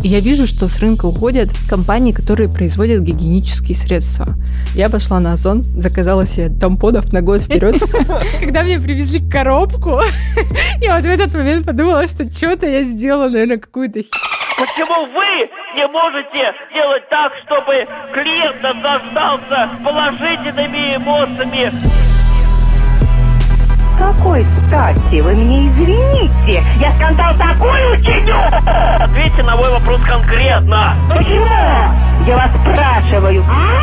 Я вижу, что с рынка уходят компании, которые производят гигиенические средства. Я пошла на Озон, заказала себе тампонов на год вперед. Когда мне привезли коробку, я вот в этот момент подумала, что что-то я сделала, наверное, какую-то Почему вы не можете сделать так, чтобы клиент наслаждался положительными эмоциями? С какой стати? Вы мне извините. Я скандал такой учиню! Ответьте на мой вопрос конкретно. Почему? Я вас спрашиваю.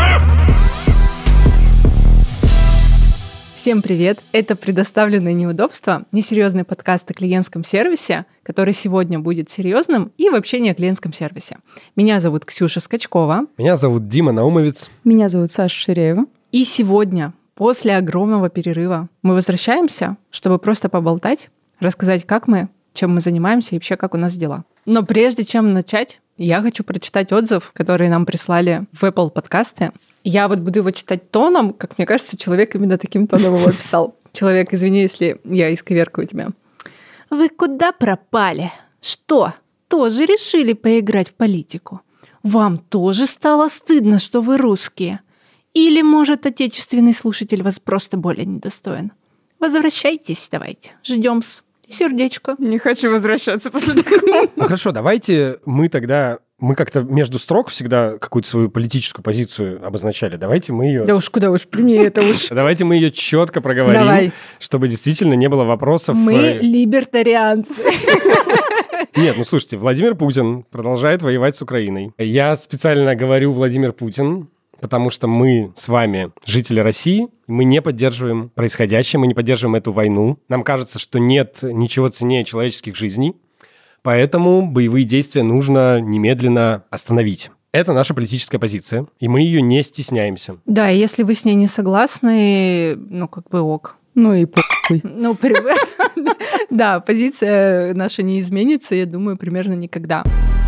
Всем привет! Это «Предоставленные неудобства», несерьезный подкаст о клиентском сервисе, который сегодня будет серьезным и вообще не о клиентском сервисе. Меня зовут Ксюша Скачкова. Меня зовут Дима Наумовец. Меня зовут Саша Ширяева. И сегодня, после огромного перерыва, мы возвращаемся, чтобы просто поболтать, рассказать, как мы, чем мы занимаемся и вообще, как у нас дела. Но прежде чем начать, я хочу прочитать отзыв, который нам прислали в Apple подкасты. Я вот буду его читать тоном, как мне кажется, человек именно таким тоном его писал. Человек, извини, если я исковеркаю тебя. Вы куда пропали? Что, тоже решили поиграть в политику? Вам тоже стало стыдно, что вы русские? Или, может, отечественный слушатель вас просто более недостоин? Возвращайтесь давайте, ждем-с. Сердечко. Не хочу возвращаться после такого. Ну хорошо, давайте мы как-то между строк всегда какую-то свою политическую позицию обозначали. Давайте мы ее... Да уж куда уж, при мне это уж... Давайте мы ее четко проговорим, Давай. Чтобы действительно не было вопросов. Мы либертарианцы. Нет, ну слушайте, Владимир Путин продолжает воевать с Украиной. Я специально говорю Владимир Путин, потому что мы с вами, жители России, мы не поддерживаем происходящее, мы не поддерживаем эту войну. Нам кажется, что нет ничего ценнее человеческих жизней, поэтому боевые действия нужно немедленно остановить. Это наша политическая позиция, и мы ее не стесняемся. Да, и если вы с ней не согласны, ну, как бы ок. Ну и похуй. Ну, да, позиция наша не изменится, я думаю, примерно никогда.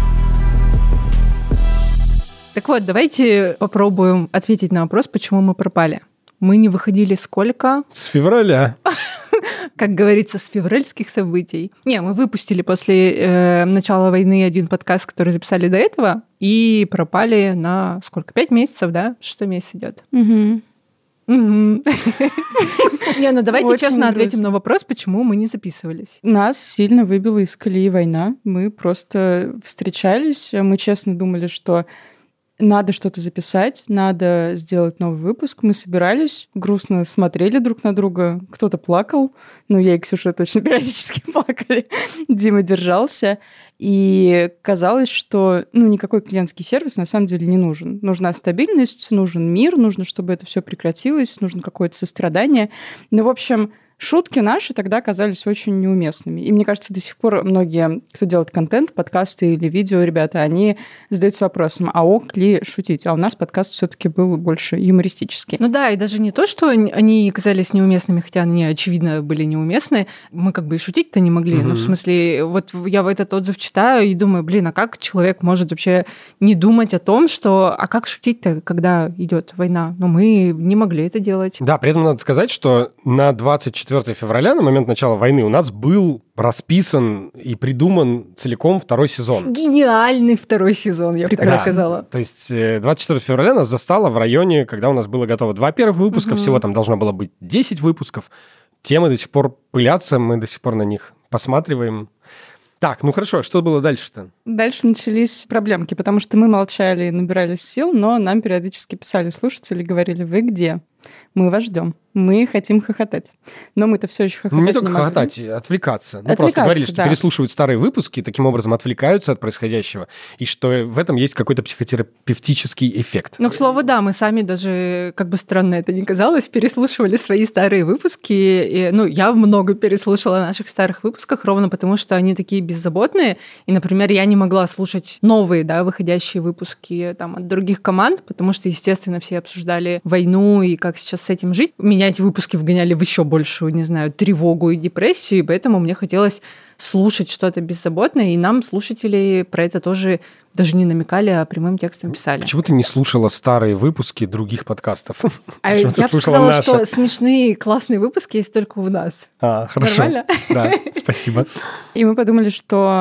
Так вот, давайте попробуем ответить на вопрос, почему мы пропали. Мы не выходили сколько? С февраля. Как говорится, с февральских событий. Не, мы выпустили после начала войны один подкаст, который записали до этого, и пропали на сколько? 5 месяцев, да? 6 месяц идет. Не, ну давайте честно ответим на вопрос, почему мы не записывались. Нас сильно выбила из колеи война. Мы просто встречались, мы честно думали, что надо что-то записать, надо сделать новый выпуск. Мы собирались, грустно смотрели друг на друга. Кто-то плакал. Ну, я и Ксюша точно периодически плакали. Дима держался. И казалось, что никакой клиентский сервис на самом деле не нужен. Нужна стабильность, нужен мир, нужно, чтобы это все прекратилось, нужно какое-то сострадание. Ну, в общем, шутки наши тогда казались очень неуместными. И мне кажется, до сих пор многие, кто делает контент, подкасты или видео, ребята, они задаются вопросом, а ок ли шутить? А у нас подкаст все-таки был больше юмористический. Ну да, и даже не то, что они казались неуместными, хотя они, очевидно, были неуместны. Мы как бы и шутить-то не могли. Ну, в смысле, вот я в этот отзыв читаю и думаю, блин, а как человек может вообще не думать о том, что... А как шутить-то, когда идет война? Но мы не могли это делать. Да, при этом надо сказать, что на 24 февраля, на момент начала войны, у нас был расписан и придуман целиком второй сезон. Гениальный второй сезон, я бы так сказала. То есть 24 февраля нас застало в районе, когда у нас было готово 2 первых выпуска, всего там должно было быть 10 выпусков. Темы до сих пор пылятся, мы до сих пор на них посматриваем. Так, ну хорошо, что было дальше-то? Дальше начались проблемки, потому что мы молчали и набирались сил, но нам периодически писали слушатели, говорили, вы где? Мы вас ждем. Мы хотим хохотать. Но мы-то все еще хохотать не только могли. хохотать, отвлекаться. Просто говорили, что переслушивают старые выпуски, таким образом отвлекаются от происходящего, и что в этом есть какой-то психотерапевтический эффект. Ну, к слову, да, мы сами даже, как бы странно это ни казалось, переслушивали свои старые выпуски. И, я много переслушала наших старых выпусках, ровно потому, что они такие беззаботные. И, например, я не могла слушать новые, выходящие выпуски от других команд, потому что, естественно, все обсуждали войну и как сейчас с этим жить. Меня эти выпуски вгоняли в еще большую, не знаю, тревогу и депрессию, и поэтому мне хотелось слушать что-то беззаботное, и нам слушатели про это тоже даже не намекали, а прямым текстом писали. Почему ты не слушала старые выпуски других подкастов? Я бы сказала, что смешные, классные выпуски есть только у нас. Хорошо. Нормально? Да, спасибо. И мы подумали, что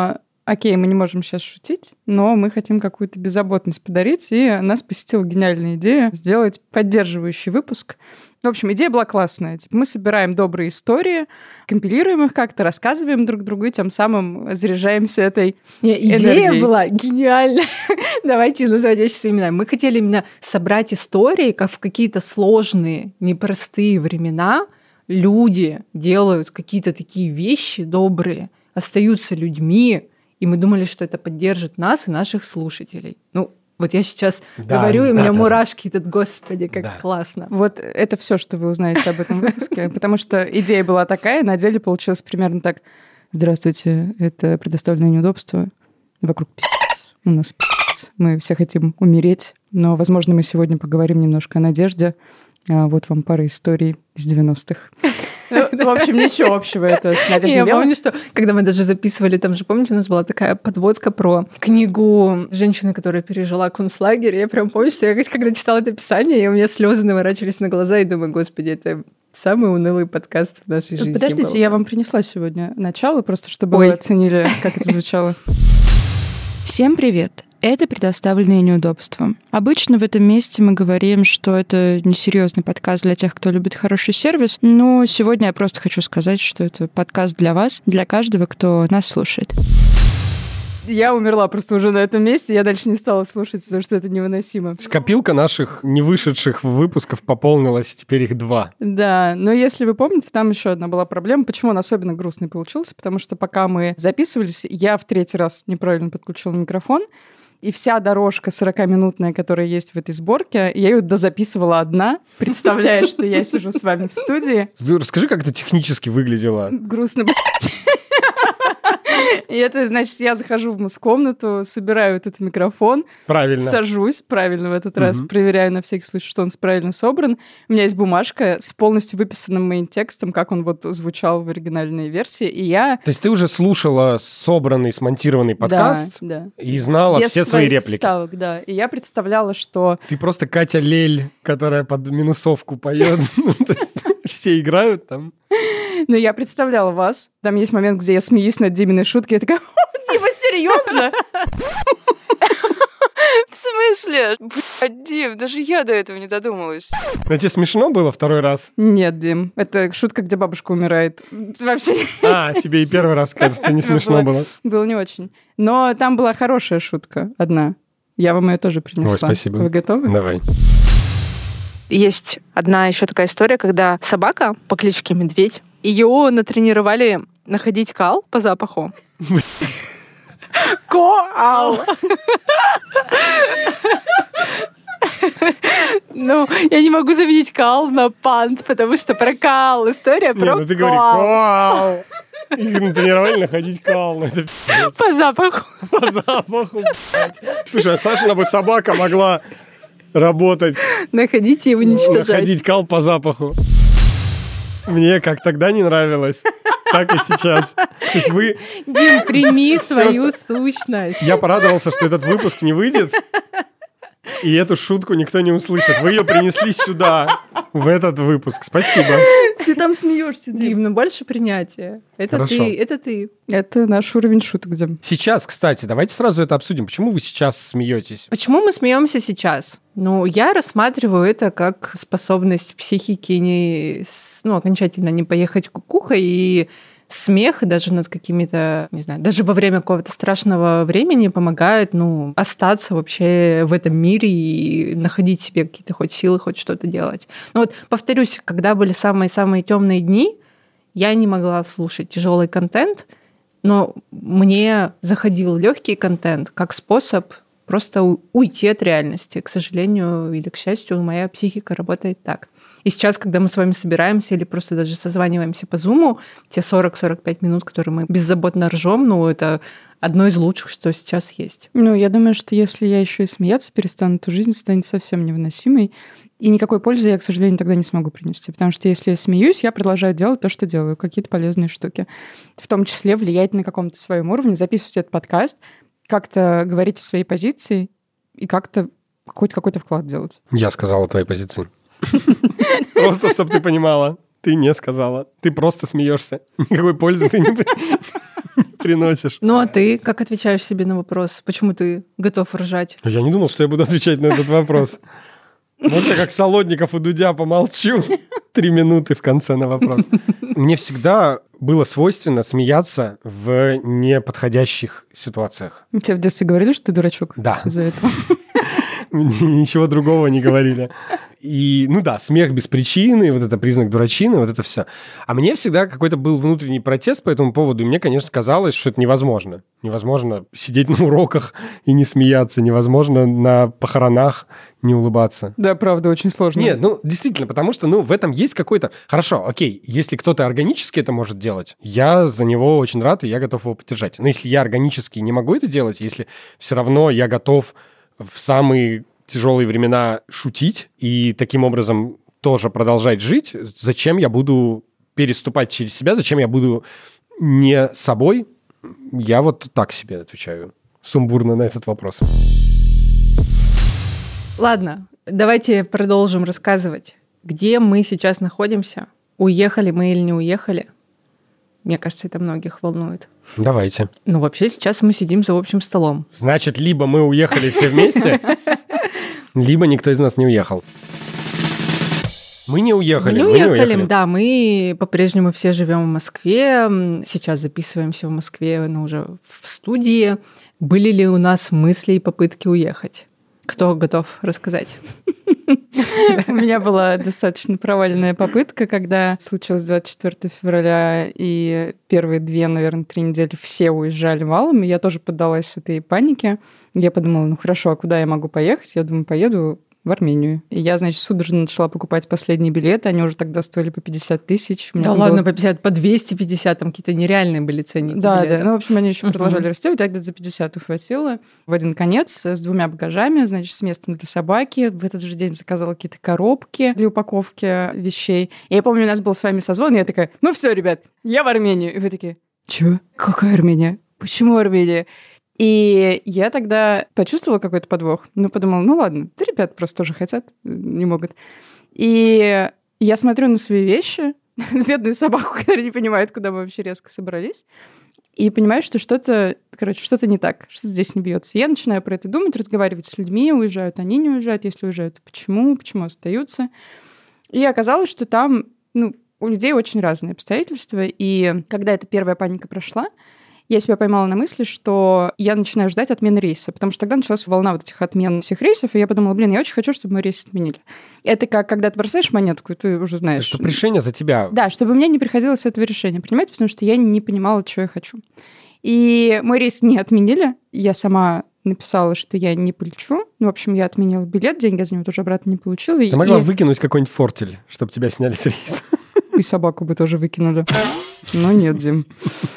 окей, мы не можем сейчас шутить, но мы хотим какую-то беззаботность подарить, и нас посетила гениальная идея сделать поддерживающий выпуск. В общем, идея была классная. Типа, мы собираем добрые истории, компилируем их как-то, рассказываем друг другу, и тем самым заряжаемся этой идея энергией. была гениальная. Давайте называть вещи своими именами. Мы хотели именно собрать истории, как в какие-то сложные, непростые времена люди делают какие-то такие вещи добрые, остаются людьми, и мы думали, что это поддержит нас и наших слушателей. Ну, вот я сейчас говорю, и у меня мурашки идут, господи, как классно. Вот это все, что вы узнаете об этом выпуске, потому что идея была такая, на деле получилось примерно так. Здравствуйте, это предоставленное неудобство. Вокруг пиздец, у нас пиздец. Мы все хотим умереть, но, возможно, мы сегодня поговорим немножко о надежде. Вот вам пара историй из 90-х. В общем, ничего общего это с Надеждой Белой. Я помню, что когда мы даже записывали, там же, помните, у нас была такая подводка про книгу женщины, которая пережила концлагерь. Я прям помню, что я когда читала это описание, и у меня слезы наворачивались на глаза, и думаю, господи, это самый унылый подкаст в нашей жизни. Подождите, был. Я вам принесла сегодня начало, просто чтобы вы оценили, как это звучало. Всем привет! Это предоставленные неудобства. Обычно в этом месте мы говорим, что это несерьезный подкаст для тех, кто любит хороший сервис, но сегодня я просто хочу сказать, что это подкаст для вас, для каждого, кто нас слушает. Я умерла просто уже на этом месте, я дальше не стала слушать, потому что это невыносимо. Копилка наших не вышедших выпусков пополнилась, теперь их 2. Да, но если вы помните, там еще одна была проблема. Почему он особенно грустный получился? Потому что пока мы записывались, я в 3-й раз неправильно подключила микрофон, и вся дорожка 40-минутная, которая есть в этой сборке, я ее дозаписывала одна, представляя, что я сижу с вами в студии. Расскажи, как это технически выглядело. Грустно, блядь. И это, значит, я захожу в мускомнату, собираю этот микрофон. Правильно. Сажусь правильно в этот раз, проверяю на всякий случай, что он правильно собран. У меня есть бумажка с полностью выписанным моим текстом, как он вот звучал в оригинальной версии, и я... То есть ты уже слушала собранный, смонтированный подкаст и знала без все свои реплики. Вставок, да. И я представляла, что... Ты просто Катя Лель, которая под минусовку поет. Все играют там. Ну, я представляла вас. Там есть момент, где я смеюсь над Диминой шуткой. Я такая, Дима, серьезно? В смысле? Блядь, Дим, даже я до этого не додумалась. А тебе смешно было 2-й раз? Нет, Дим, это шутка, где бабушка умирает. Вообще. Тебе и 1-й раз, кажется, не смешно было. Было не очень. Но там была хорошая шутка одна. Я вам ее тоже принесла. Ой, спасибо. Вы готовы? Давай. Есть одна еще такая история, когда собака по кличке Медведь, ее натренировали находить кал по запаху. Коал! Ну, я не могу заменить кал на пант, потому что про кал история про кал. Ну ты говори коал. Их натренировали находить кал. По запаху. По запаху, блядь. Слушай, а Сашина бы собака могла работать. Находить и уничтожать. Находить кал по запаху. Мне как тогда не нравилось, так и сейчас. То есть вы... Дим, прими свою сущность. Я порадовался, что этот выпуск не выйдет, и эту шутку никто не услышит. Вы ее принесли сюда, в этот выпуск. Спасибо. Ты там смеешься, Дим, ну больше принятия. Это ты, это ты. Это наш уровень шуток, Дим. Сейчас, кстати, давайте сразу это обсудим. Почему вы сейчас смеетесь? Почему мы смеемся сейчас? Ну, я рассматриваю это как способность психики окончательно не поехать кукухой, и смех даже над какими-то, не знаю, даже во время какого-то страшного времени помогает, остаться вообще в этом мире и находить себе какие-то хоть силы, хоть что-то делать. Ну вот, повторюсь, когда были самые-самые темные дни, я не могла слушать тяжелый контент, но мне заходил легкий контент как способ просто уйти от реальности. К сожалению или к счастью, моя психика работает так. И сейчас, когда мы с вами собираемся или просто даже созваниваемся по Zoom, те 40-45 минут, которые мы беззаботно ржем, это одно из лучших, что сейчас есть. Я думаю, что если я еще и смеяться перестану, то жизнь станет совсем невыносимой. И никакой пользы я, к сожалению, тогда не смогу принести. Потому что если я смеюсь, я продолжаю делать то, что делаю, какие-то полезные штуки. В том числе влиять на каком-то своем уровне, записывать этот подкаст, как-то говорить о своей позиции и как-то хоть какой-то вклад делать. Я сказала твоей позиции. Просто, чтобы ты понимала. Ты не сказала. Ты просто смеешься. Никакой пользы ты не... приносишь. Ну, а ты как отвечаешь себе на вопрос? Почему ты готов ржать? Я не думал, что я буду отвечать на этот вопрос. Вот я как Солодников у Дудя помолчу 3 минуты в конце на вопрос. Мне всегда было свойственно смеяться в неподходящих ситуациях. Тебе в детстве говорили, что ты дурачок? Да. Из-за этого? Ничего другого не говорили. И, ну да, смех без причины, вот это признак дурачины, вот это все. А мне всегда какой-то был внутренний протест по этому поводу, и мне, конечно, казалось, что это невозможно. Невозможно сидеть на уроках и не смеяться, невозможно на похоронах не улыбаться. Да, правда, очень сложно. Нет, ну, действительно, потому что, ну, в этом есть какой-то... Хорошо, окей, если кто-то органически это может делать, я за него очень рад, и я готов его поддержать. Но если я органически не могу это делать, если все равно я готов в самые тяжелые времена шутить и таким образом тоже продолжать жить, зачем я буду переступать через себя, зачем я буду не собой? Я вот так себе отвечаю сумбурно на этот вопрос. Ладно, давайте продолжим рассказывать, где мы сейчас находимся. Уехали мы или не уехали? Мне кажется, это многих волнует. Давайте. Ну, вообще, сейчас мы сидим за общим столом. Значит, либо мы уехали все вместе, либо никто из нас не уехал. Мы не уехали. Мы не уехали, да, мы по-прежнему все живем в Москве. Сейчас записываемся в Москве, но уже в студии. Были ли у нас мысли и попытки уехать? Кто готов рассказать? У меня была достаточно провальная попытка, когда случилось 24 февраля, и первые 2, наверное, 3 недели все уезжали валом, и я тоже поддалась этой панике. Я подумала, ну хорошо, а куда я могу поехать? Я думаю, поеду в Армению. И я, значит, судорожно начала покупать последние билеты, они уже тогда стоили по 50 тысяч. Да ладно, по 50, по 250, там какие-то нереальные были ценники. Да, да. Ну, в общем, они еще продолжали расти. Вот я где-то за 50 ухватила в один конец с 2 багажами, значит, с местом для собаки. В этот же день заказала какие-то коробки для упаковки вещей. И я помню, у нас был с вами созвон, и я такая, ну все, ребят, я в Армению. И вы такие, чё? Какая Армения? Почему Армения? И я тогда почувствовала какой-то подвох. Ну, подумала, ну ладно, да ребята просто тоже хотят, не могут. И я смотрю на свои вещи, на бедную собаку, которая не понимает, куда мы вообще резко собрались, и понимаю, что что-то не так, что здесь не бьется. Я начинаю про это думать, разговаривать с людьми, уезжают они, не уезжают, если уезжают, почему остаются. И оказалось, что там, ну, у людей очень разные обстоятельства, и когда эта первая паника прошла, я себя поймала на мысли, что я начинаю ждать отмены рейса, потому что тогда началась волна вот этих отмен всех рейсов, и я подумала, я очень хочу, чтобы мой рейс отменили. Это как, когда ты бросаешь монетку, и ты уже знаешь. Чтобы решение за тебя. Да, чтобы мне не приходилось этого решения принимать, потому что я не понимала, чего я хочу. И мой рейс не отменили. Я сама написала, что я не полечу. Ну, в общем, я отменила билет, деньги за него тоже обратно не получила. Ты могла выкинуть какой-нибудь фортель, чтобы тебя сняли с рейса. И собаку бы тоже выкинули. Но нет, Дим.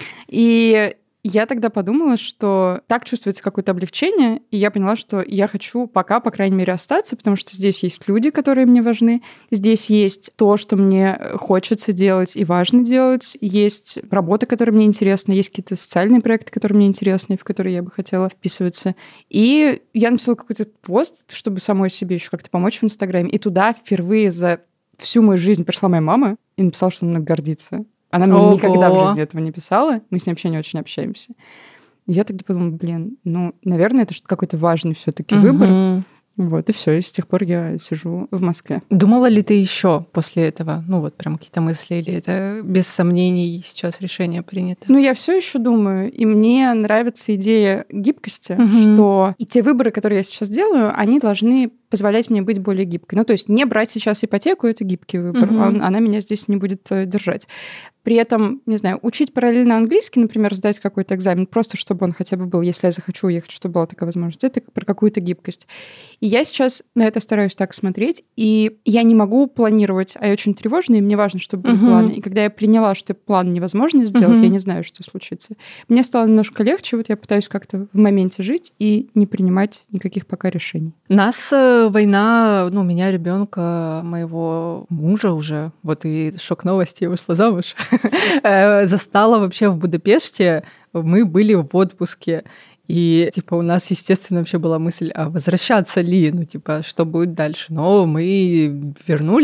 И я тогда подумала, что так чувствуется какое-то облегчение, и я поняла, что я хочу пока, по крайней мере, остаться, потому что здесь есть люди, которые мне важны, здесь есть то, что мне хочется делать и важно делать, есть работа, которая мне интересна, есть какие-то социальные проекты, которые мне интересны, в которые я бы хотела вписываться. И я написала какой-то пост, чтобы самой себе еще как-то помочь в Инстаграме, и туда впервые за всю мою жизнь пришла моя мама и написала, что она мной гордится. Она мне никогда в жизни этого не писала. Мы с ней вообще не очень общаемся. И я тогда подумала, ну, наверное, это что-то какой-то важный все-таки выбор. Вот, и все. И с тех пор я сижу в Москве. Думала ли ты еще после этого? Ну, вот прям какие-то мысли, или это без сомнений сейчас решение принято? Ну, я все еще думаю, и мне нравится идея гибкости, что и те выборы, которые я сейчас делаю, они должны позволять мне быть более гибкой. Ну, то есть не брать сейчас ипотеку — это гибкий выбор. Она меня здесь не будет держать. При этом, не знаю, учить параллельно английский, например, сдать какой-то экзамен, просто чтобы он хотя бы был, если я захочу уехать, чтобы была такая возможность, это про какую-то гибкость. И я сейчас на это стараюсь так смотреть, и я не могу планировать, а я очень тревожная, и мне важно, чтобы были планы. И когда я приняла, что план невозможно сделать, я не знаю, что случится. Мне стало немножко легче, вот я пытаюсь как-то в моменте жить и не принимать никаких пока решений. Нас война, ну, меня, ребенка, моего мужа уже, вот и шок новости, я вышла замуж, застала вообще в Будапеште. Мы были в отпуске. И, типа, у нас, естественно, вообще была мысль, а возвращаться ли? Ну, типа, что будет дальше? Но мы вернулись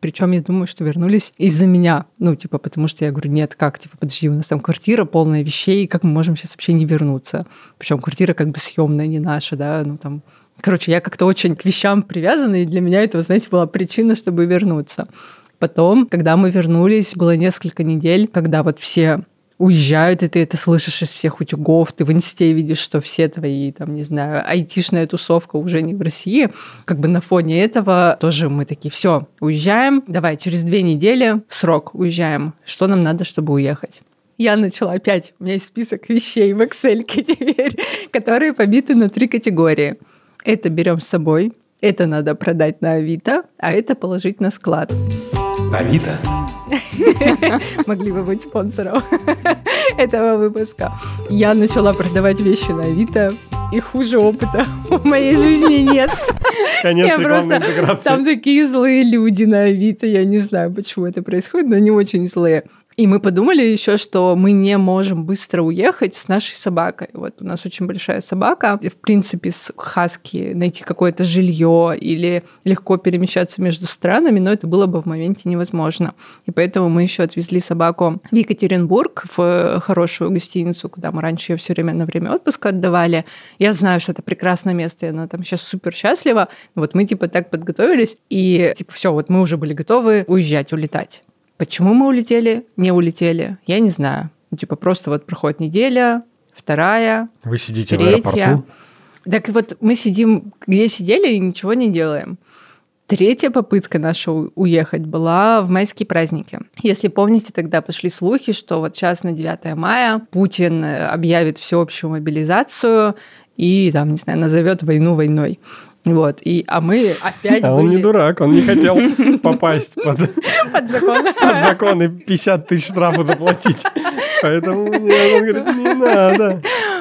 Причем я думаю, что вернулись из-за меня. Ну, типа, потому что я говорю, нет, как, типа, подожди, у нас там квартира полная вещей, как мы можем сейчас вообще не вернуться? Причем квартира как бы съемная, не наша, да, ну там... Короче, я как-то очень к вещам привязана, и для меня это, знаете, была причина, чтобы вернуться. Потом, когда мы вернулись, было несколько недель, когда вот все уезжают, и ты это слышишь из всех утюгов, ты в инсте видишь, что все твои, там, не знаю, айтишная тусовка уже не в России. Как бы на фоне этого тоже мы такие, все, уезжаем, давай, через 2 недели срок, уезжаем. Что нам надо, чтобы уехать? Я начала опять, у меня есть список вещей в Excel теперь, которые побиты на 3 категории. Это берем с собой, это надо продать на Авито, а это положить на склад. Авито? Могли бы быть спонсором этого выпуска. Я начала продавать вещи на Авито, и хуже опыта в моей жизни нет. Конец рекламной интеграции. Там такие злые люди на Авито, я не знаю, почему это происходит, но они очень злые. И мы подумали еще, что мы не можем быстро уехать с нашей собакой. Вот у нас очень большая собака. И, в принципе, с хаски найти какое-то жилье или легко перемещаться между странами, но это было бы в моменте невозможно. И поэтому мы еще отвезли собаку в Екатеринбург, в хорошую гостиницу, куда мы раньше ее все время на время отпуска отдавали. Я знаю, что это прекрасное место, и она там сейчас супер счастлива. Вот мы типа так подготовились, и типа все, вот мы уже были готовы уезжать, улетать. Почему мы улетели, не улетели, я не знаю. Ну, типа просто вот проходит неделя, 2, Вы сидите 3. в аэропорту? Так вот мы сидим, где сидели, и ничего не делаем. 3 попытка наша уехать была в майские праздники. Если помните, тогда пошли слухи, что вот сейчас на 9 мая Путин объявит всеобщую мобилизацию и, там, не знаю, назовет войну войной. Вот, а мы опять он не дурак, он не хотел попасть под закон и 50 тысяч штрафа заплатить. Поэтому он говорит, не надо.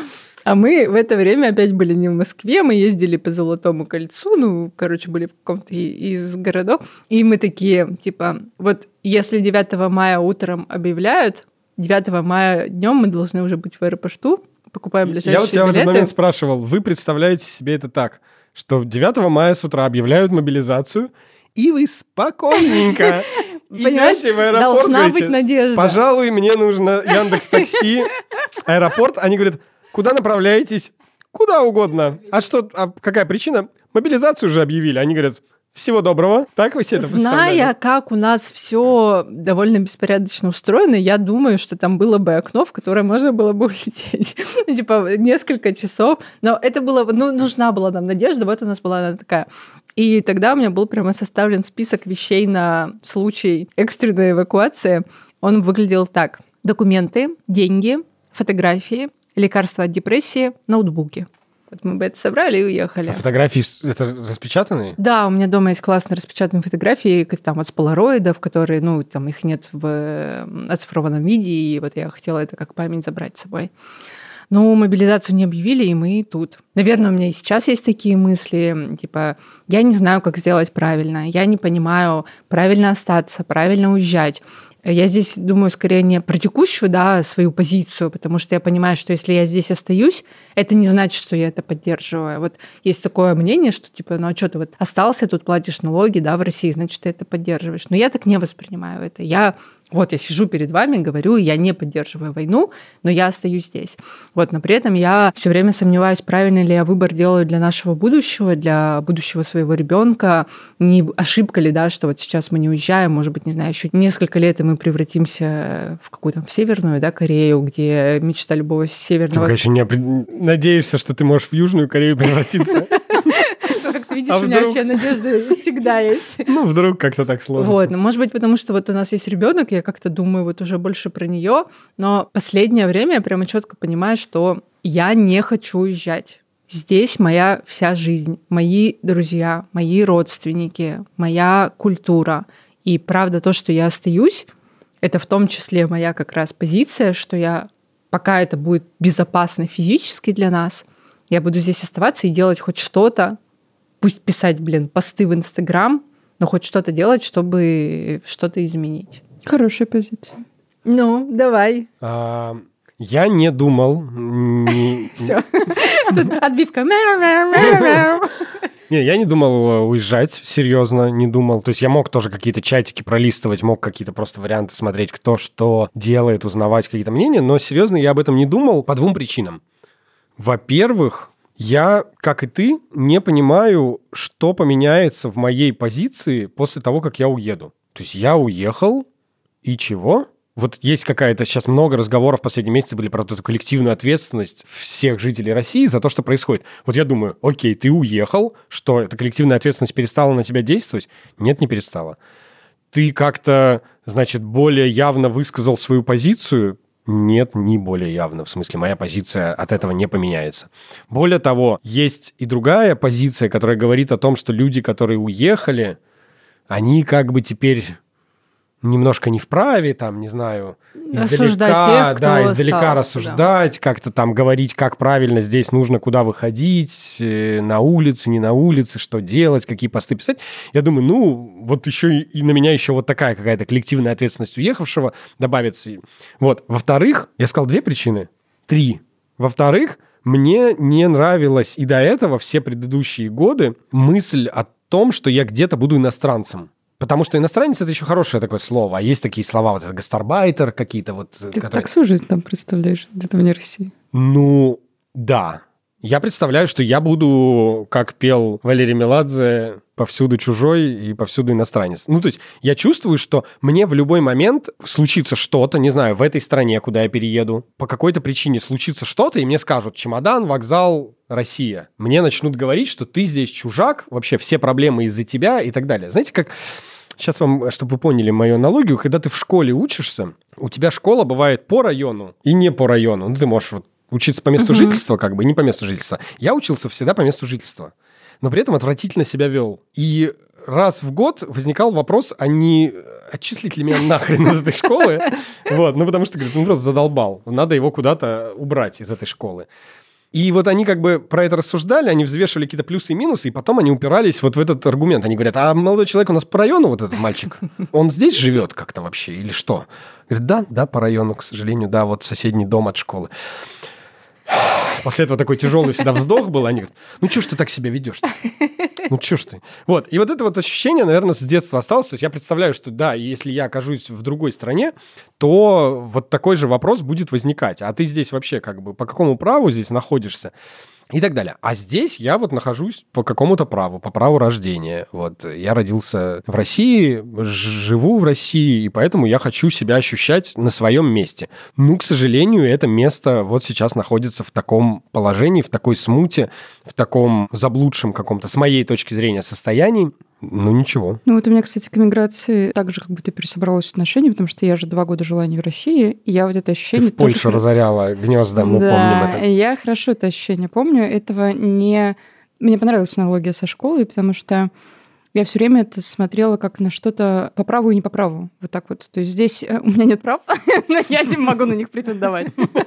А мы в это время опять были не в Москве, мы ездили по Золотому кольцу, были в каком-то из городов, и мы такие, типа, вот если 9 мая утром объявляют, 9 мая днем мы должны уже быть в аэропорту, покупаем ближайшие билеты. Я в этот момент спрашивал, вы представляете себе это так, что 9 мая с утра объявляют мобилизацию, и вы спокойненько идете в аэропорт. Должна быть надежда. Пожалуй, мне нужно Яндекс.Такси, аэропорт. Они говорят, куда направляетесь? Куда угодно. А какая причина? Мобилизацию же объявили. Они говорят, всего доброго. Так вы себе это представляли? Зная, как у нас все довольно беспорядочно устроено, я думаю, что там было бы окно, в которое можно было бы улететь. Типа несколько часов. Но это было... нужна была нам надежда. Вот у нас была она такая. И тогда у меня был прямо составлен список вещей на случай экстренной эвакуации. Он выглядел так. Документы, деньги, фотографии, лекарства от депрессии, ноутбуки. Вот мы бы это собрали и уехали. А фотографии это распечатанные? Да, у меня дома есть классные распечатанные фотографии, там от полароидов, которые, там их нет в оцифрованном виде, и вот я хотела это как память забрать с собой. Но мобилизацию не объявили, и мы тут. Наверное, у меня и сейчас есть такие мысли, типа, я не знаю, как сделать правильно, я не понимаю, правильно остаться, правильно уезжать. Я здесь думаю скорее не про текущую, свою позицию, потому что я понимаю, что если я здесь остаюсь, это не значит, что я это поддерживаю. Вот есть такое мнение, что типа, а что ты вот остался, тут платишь налоги, в России, значит, ты это поддерживаешь. Но я так не воспринимаю это. Я сижу перед вами, говорю, я не поддерживаю войну, но я остаюсь здесь. Но при этом я все время сомневаюсь, правильно ли я выбор делаю для нашего будущего, для будущего своего ребенка. Не ошибка ли, что вот сейчас мы не уезжаем, может быть, не знаю, еще несколько лет, и мы превратимся в какую-то в Северную, Корею, где мечта любого северного... Ты, конечно, не надеешься, что ты можешь в Южную Корею превратиться. Как ты видишь, у меня вообще надежда всегда есть. Вдруг как-то так сложится. Может быть, потому что вот у нас есть ребенок, я как-то думаю вот уже больше про нее, но последнее время я прямо четко понимаю, что я не хочу уезжать. Здесь моя вся жизнь, мои друзья, мои родственники, моя культура. И правда, то, что я остаюсь, это в том числе моя как раз позиция, что я, пока это будет безопасно физически для нас, я буду здесь оставаться и делать хоть что-то, пусть писать, посты в Инстаграм, но хоть что-то делать, чтобы что-то изменить. Хорошая позиция. Давай. Я не думал... Все. Тут отбивка. Не, я не думал уезжать, серьезно, не думал. То есть я мог тоже какие-то чатики пролистывать, мог какие-то просто варианты смотреть, кто что делает, узнавать какие-то мнения, но серьезно я об этом не думал по двум причинам. Во-первых, я, как и ты, не понимаю, что поменяется в моей позиции после того, как я уеду. То есть я уехал, и чего? Вот есть какая-то... Сейчас много разговоров в последние месяцы были про эту коллективную ответственность всех жителей России за то, что происходит. Вот я думаю, окей, ты уехал, что, эта коллективная ответственность перестала на тебя действовать? Нет, не перестала. Ты как-то, значит, более явно высказал свою позицию? Нет, не более явно. В смысле, моя позиция от этого не поменяется. Более того, есть и другая позиция, которая говорит о том, что люди, которые уехали, они как бы теперь... немножко не вправе, там, не знаю, издалека рассуждать, как-то там говорить, как правильно здесь нужно, куда выходить, на улице, не на улице, что делать, какие посты писать. Я думаю, ну, вот еще и на меня еще вот такая какая-то коллективная ответственность уехавшего добавится. Вот. Во-вторых, я сказал 2 причины. 3. Во-вторых, мне не нравилась и до этого все предыдущие годы мысль о том, что я где-то буду иностранцем. Потому что иностранец – это еще хорошее такое слово. А есть такие слова, вот это гастарбайтер какие-то вот. Ты так свою жизнь там представляешь, где-то вне России? Ну, да. Я представляю, что я буду, как пел Валерий Меладзе, повсюду чужой и повсюду иностранец. Ну, то есть я чувствую, что мне в любой момент случится что-то, не знаю, в этой стране, куда я перееду, по какой-то причине случится что-то, и мне скажут: чемодан, вокзал, Россия. Мне начнут говорить, что ты здесь чужак, вообще все проблемы из-за тебя и так далее. Знаете, как... Сейчас вам, чтобы вы поняли мою аналогию, когда ты в школе учишься, у тебя школа бывает по району и не по району. Ну, ты можешь вот учиться по месту жительства, как бы, и не по месту жительства. Я учился всегда по месту жительства, но при этом отвратительно себя вел. И раз в год возникал вопрос, а не отчислить ли меня нахрен из этой школы? Вот, ну, потому что, говорит, ну, просто задолбал. Надо его куда-то убрать из этой школы. И вот они как бы про это рассуждали, они взвешивали какие-то плюсы и минусы, и потом они упирались вот в этот аргумент. Они говорят: а молодой человек у нас по району, вот этот мальчик, он здесь живет как-то вообще или что? Говорит: да, по району, к сожалению, да, вот соседний дом от школы. После этого такой тяжелый всегда вздох был. Они говорят: ну, что ж ты так себя ведешь-то? Ну, что ж ты? Вот. И вот это вот ощущение, наверное, с детства осталось. То есть я представляю, что да, если я окажусь в другой стране, то вот такой же вопрос будет возникать. А ты здесь вообще как бы по какому праву здесь находишься? И так далее. А здесь я вот нахожусь по какому-то праву, по праву рождения. Вот я родился в России, живу в России, и поэтому я хочу себя ощущать на своем месте. Ну, к сожалению, это место вот сейчас находится в таком положении, в такой смуте, в таком заблудшем каком-то, с моей точки зрения, состоянии. Ну, ничего. Ну, вот у меня, кстати, к эмиграции так же как будто пересобралось отношения, потому что я же 2 года жила не в России, и я вот это ощущение... Ты в Польше разоряла гнезда, мы помним это. Да, я хорошо это ощущение помню. Этого не... Мне понравилась аналогия со школой, потому что я все время это смотрела как на что-то по праву и не по праву. Вот так вот. То есть здесь у меня нет прав, но я могу на них претендовать.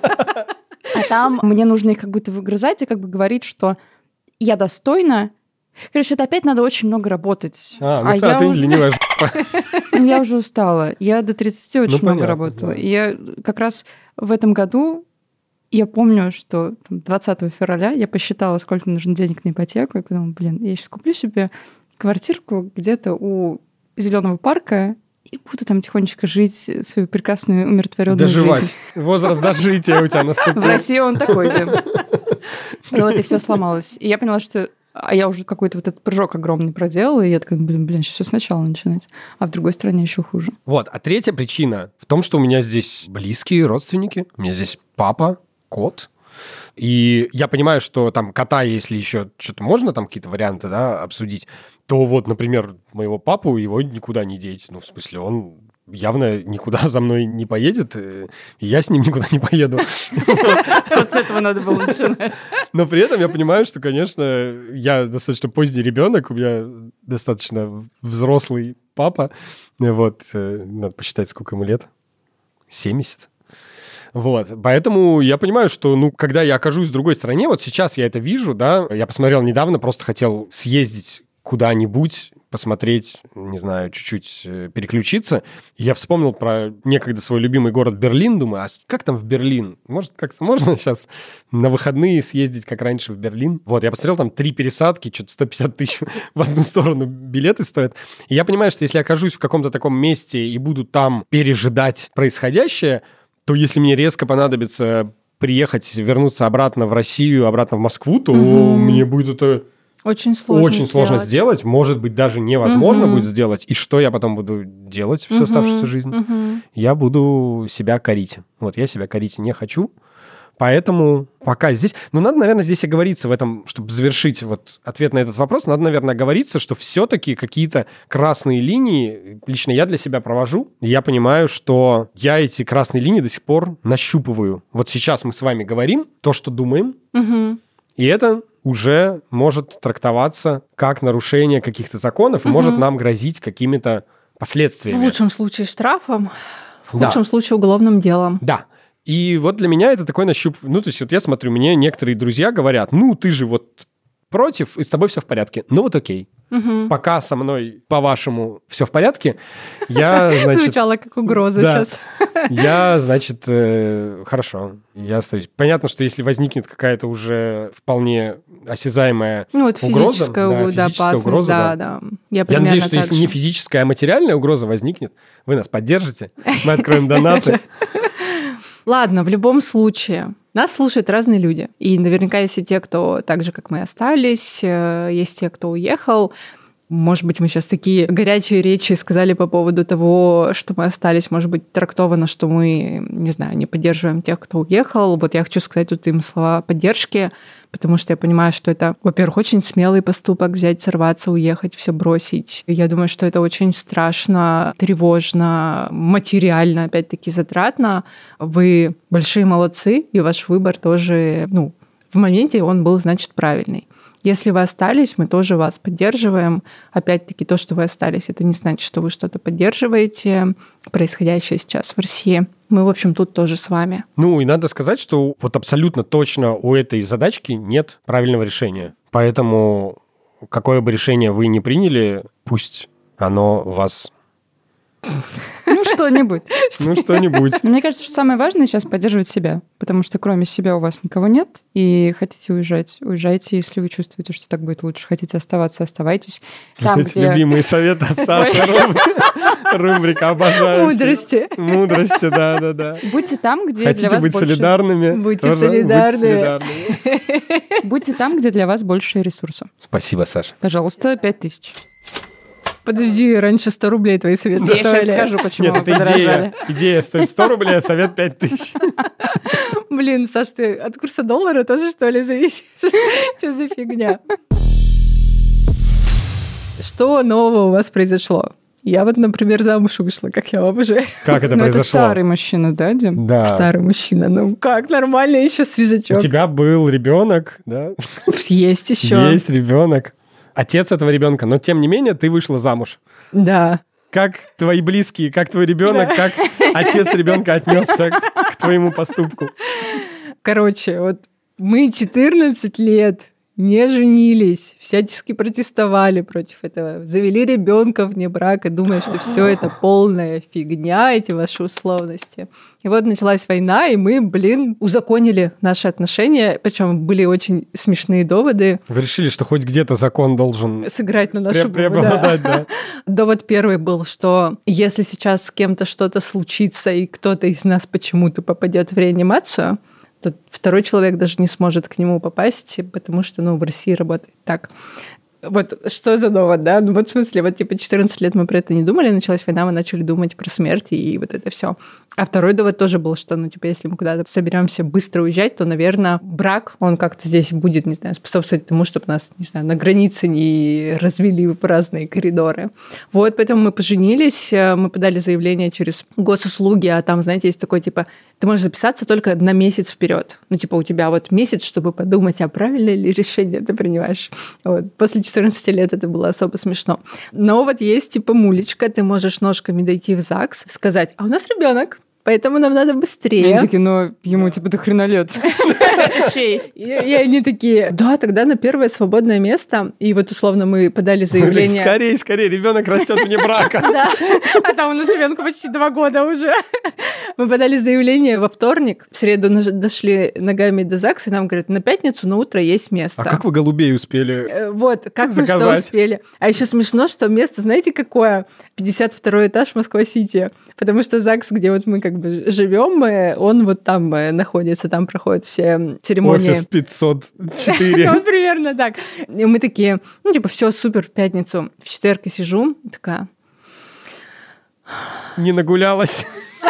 А там мне нужно их как будто выгрызать и как бы говорить, что я достойна. Короче, это опять надо очень много работать. Ну да, ты ленивая Ну, я уже устала. Я до 30 очень много работала. И я как раз в этом году, я помню, что 20 февраля я посчитала, сколько нужно денег на ипотеку, и подумала: блин, я сейчас куплю себе квартирку где-то у Зеленого парка и буду там тихонечко жить свою прекрасную умиротворенную жизнь. Доживать. Возраст дожития у тебя наступил. В России он такой, да. И вот и все сломалось. И я поняла, что... А я уже какой-то вот этот прыжок огромный проделала, и я такая: блин, сейчас все сначала начинать. А в другой стране еще хуже. Вот. А третья причина в том, что у меня здесь близкие родственники. У меня здесь папа, кот. И я понимаю, что там кота, если еще что-то можно, там какие-то варианты, да, обсудить, то вот, например, моего папу, его никуда не деть. Ну, в смысле, он явно никуда за мной не поедет, и я с ним никуда не поеду. Вот с этого надо было начинать. Но при этом я понимаю, что, конечно, я достаточно поздний ребенок, у меня достаточно взрослый папа. Вот, надо посчитать, сколько ему лет. 70. Вот, поэтому я понимаю, что, ну, когда я окажусь в другой стране, вот сейчас я это вижу, да, я посмотрел недавно, просто хотел съездить куда-нибудь, посмотреть, не знаю, чуть-чуть переключиться. И я вспомнил про некогда свой любимый город Берлин. Думаю, а как там в Берлин? Может, как-то можно сейчас на выходные съездить, как раньше, в Берлин? Вот, я посмотрел, там 3 пересадки, что-то 150 тысяч в одну сторону билеты стоят. И я понимаю, что если я окажусь в каком-то таком месте и буду там пережидать происходящее, то если мне резко понадобится приехать, вернуться обратно в Россию, обратно в Москву, то мне будет это... Очень сложно сделать. Может быть, даже невозможно будет сделать. И что я потом буду делать всю оставшуюся жизнь? Я буду себя корить. Вот, я себя корить не хочу. Поэтому пока здесь... Ну, надо, наверное, здесь оговориться в этом, чтобы завершить вот ответ на этот вопрос, надо, наверное, оговориться, что все-таки какие-то красные линии лично я для себя провожу. И я понимаю, что я эти красные линии до сих пор нащупываю. Вот сейчас мы с вами говорим то, что думаем, и это уже может трактоваться как нарушение каких-то законов и может нам грозить какими-то последствиями. В лучшем случае штрафом, в худшем случае уголовным делом. Да. И вот для меня это такой Ну, то есть вот я смотрю, мне некоторые друзья говорят, ну, ты же вот против, и с тобой все в порядке. Ну, вот окей. Пока со мной, по-вашему, все в порядке, я, значит... Звучало как угроза сейчас. Я, значит, хорошо, я остаюсь. Понятно, что если возникнет какая-то уже вполне осязаемая угроза... физическая опасность, да. Я надеюсь, что если не физическая, а материальная угроза возникнет, вы нас поддержите, мы откроем донаты. Ладно, в любом случае, нас слушают разные люди. И наверняка есть и те, кто так же, как мы, остались, есть те, кто уехал. Может быть, мы сейчас такие горячие речи сказали по поводу того, что мы остались. Может быть, трактовано, что мы, не знаю, не поддерживаем тех, кто уехал. Вот я хочу сказать тут им слова поддержки, потому что я понимаю, что это, во-первых, очень смелый поступок взять, сорваться, уехать, все бросить. Я думаю, что это очень страшно, тревожно, материально, опять-таки, затратно. Вы большие молодцы, и ваш выбор тоже, в моменте он был, значит, правильный. Если вы остались, мы тоже вас поддерживаем. Опять-таки, то, что вы остались, это не значит, что вы что-то поддерживаете, происходящее сейчас в России. Мы, в общем, тут тоже с вами. Ну, и надо сказать, что вот абсолютно точно у этой задачки нет правильного решения. Поэтому какое бы решение вы ни приняли, пусть оно вас... Что-нибудь. Что-нибудь. Но мне кажется, что самое важное сейчас поддерживать себя, потому что кроме себя у вас никого нет, и хотите уезжать, уезжайте, если вы чувствуете, что так будет лучше. Хотите оставаться, оставайтесь. Там, где... Любимые советы от Саши. Рубрика «Обожаю». Мудрости, да. Будьте там, где хотите для вас быть больше... солидарными? Будьте солидарны. Будьте там, где для вас больше ресурсов. Спасибо, Саша. Пожалуйста, 5000. Подожди, раньше 100 рублей твои советы стоили. Я сейчас скажу, почему вы подорожали. Идея стоит 100 рублей, а совет 5000. Блин, Саш, ты от курса доллара тоже, что ли, зависишь? Что за фигня? Что нового у вас произошло? Я вот, например, замуж вышла, как я вам уже... Как это произошло? Это старый мужчина, да, Дим? Да. Старый мужчина. Ну как, нормально еще свежачок. У тебя был ребенок, да? Есть еще. Есть ребенок. Отец этого ребенка, но тем не менее ты вышла замуж. Да. Как твои близкие, как твой ребенок, как отец ребенка отнесся к твоему поступку? Короче, вот мы 14 лет не женились, всячески протестовали против этого, завели ребенка вне брака, думая, что все это полная фигня, эти ваши условности. И вот началась война, и мы, узаконили наши отношения, причем были очень смешные доводы. Вы решили, что хоть где-то закон должен сыграть на нашу преобладать, да. Довод первый был, что если сейчас с кем-то что-то случится, и кто-то из нас почему-то попадет в реанимацию, то второй человек даже не сможет к нему попасть, потому что, в России работает так. Вот что за довод, да? Ну вот в смысле, вот 14 лет мы про это не думали, началась война, мы начали думать про смерть и вот это все. А второй довод тоже был, что, если мы куда-то соберемся быстро уезжать, то, наверное, брак, он как-то здесь будет, не знаю, способствовать тому, чтобы нас, не знаю, на границе не развели в разные коридоры. Вот, поэтому мы поженились, мы подали заявление через госуслуги, а там, знаете, есть такой, ты можешь записаться только на месяц вперед. У тебя вот месяц, чтобы подумать, а правильное ли решение ты принимаешь. Вот. После 14 лет это было особо смешно. Но вот есть мулечка, ты можешь ножками дойти в ЗАГС, сказать, а у нас ребенок. поэтому нам надо И быстрее. они такие, ну, ему типа до хрена лет. Чей? И они такие, да, тогда на первое свободное место. И вот условно мы подали заявление. Скорее, ребенок растет вне брака. Да. А там у нас ребенку почти 2 года уже. Мы подали заявление во вторник. В среду дошли ногами до ЗАГСа, и нам говорят, на пятницу на утро есть место. А как вы голубей успели? Вот, как мы что заказать? успели. А еще смешно, что место, знаете, какое? 52-й этаж Москва-Сити. Потому что ЗАГС, где вот мы как бы живем, он вот там находится, там проходят все церемонии. Офис 504. Вот примерно так. И мы такие, ну, типа, все супер, в пятницу. В четверг я сижу, такая... Не нагулялась.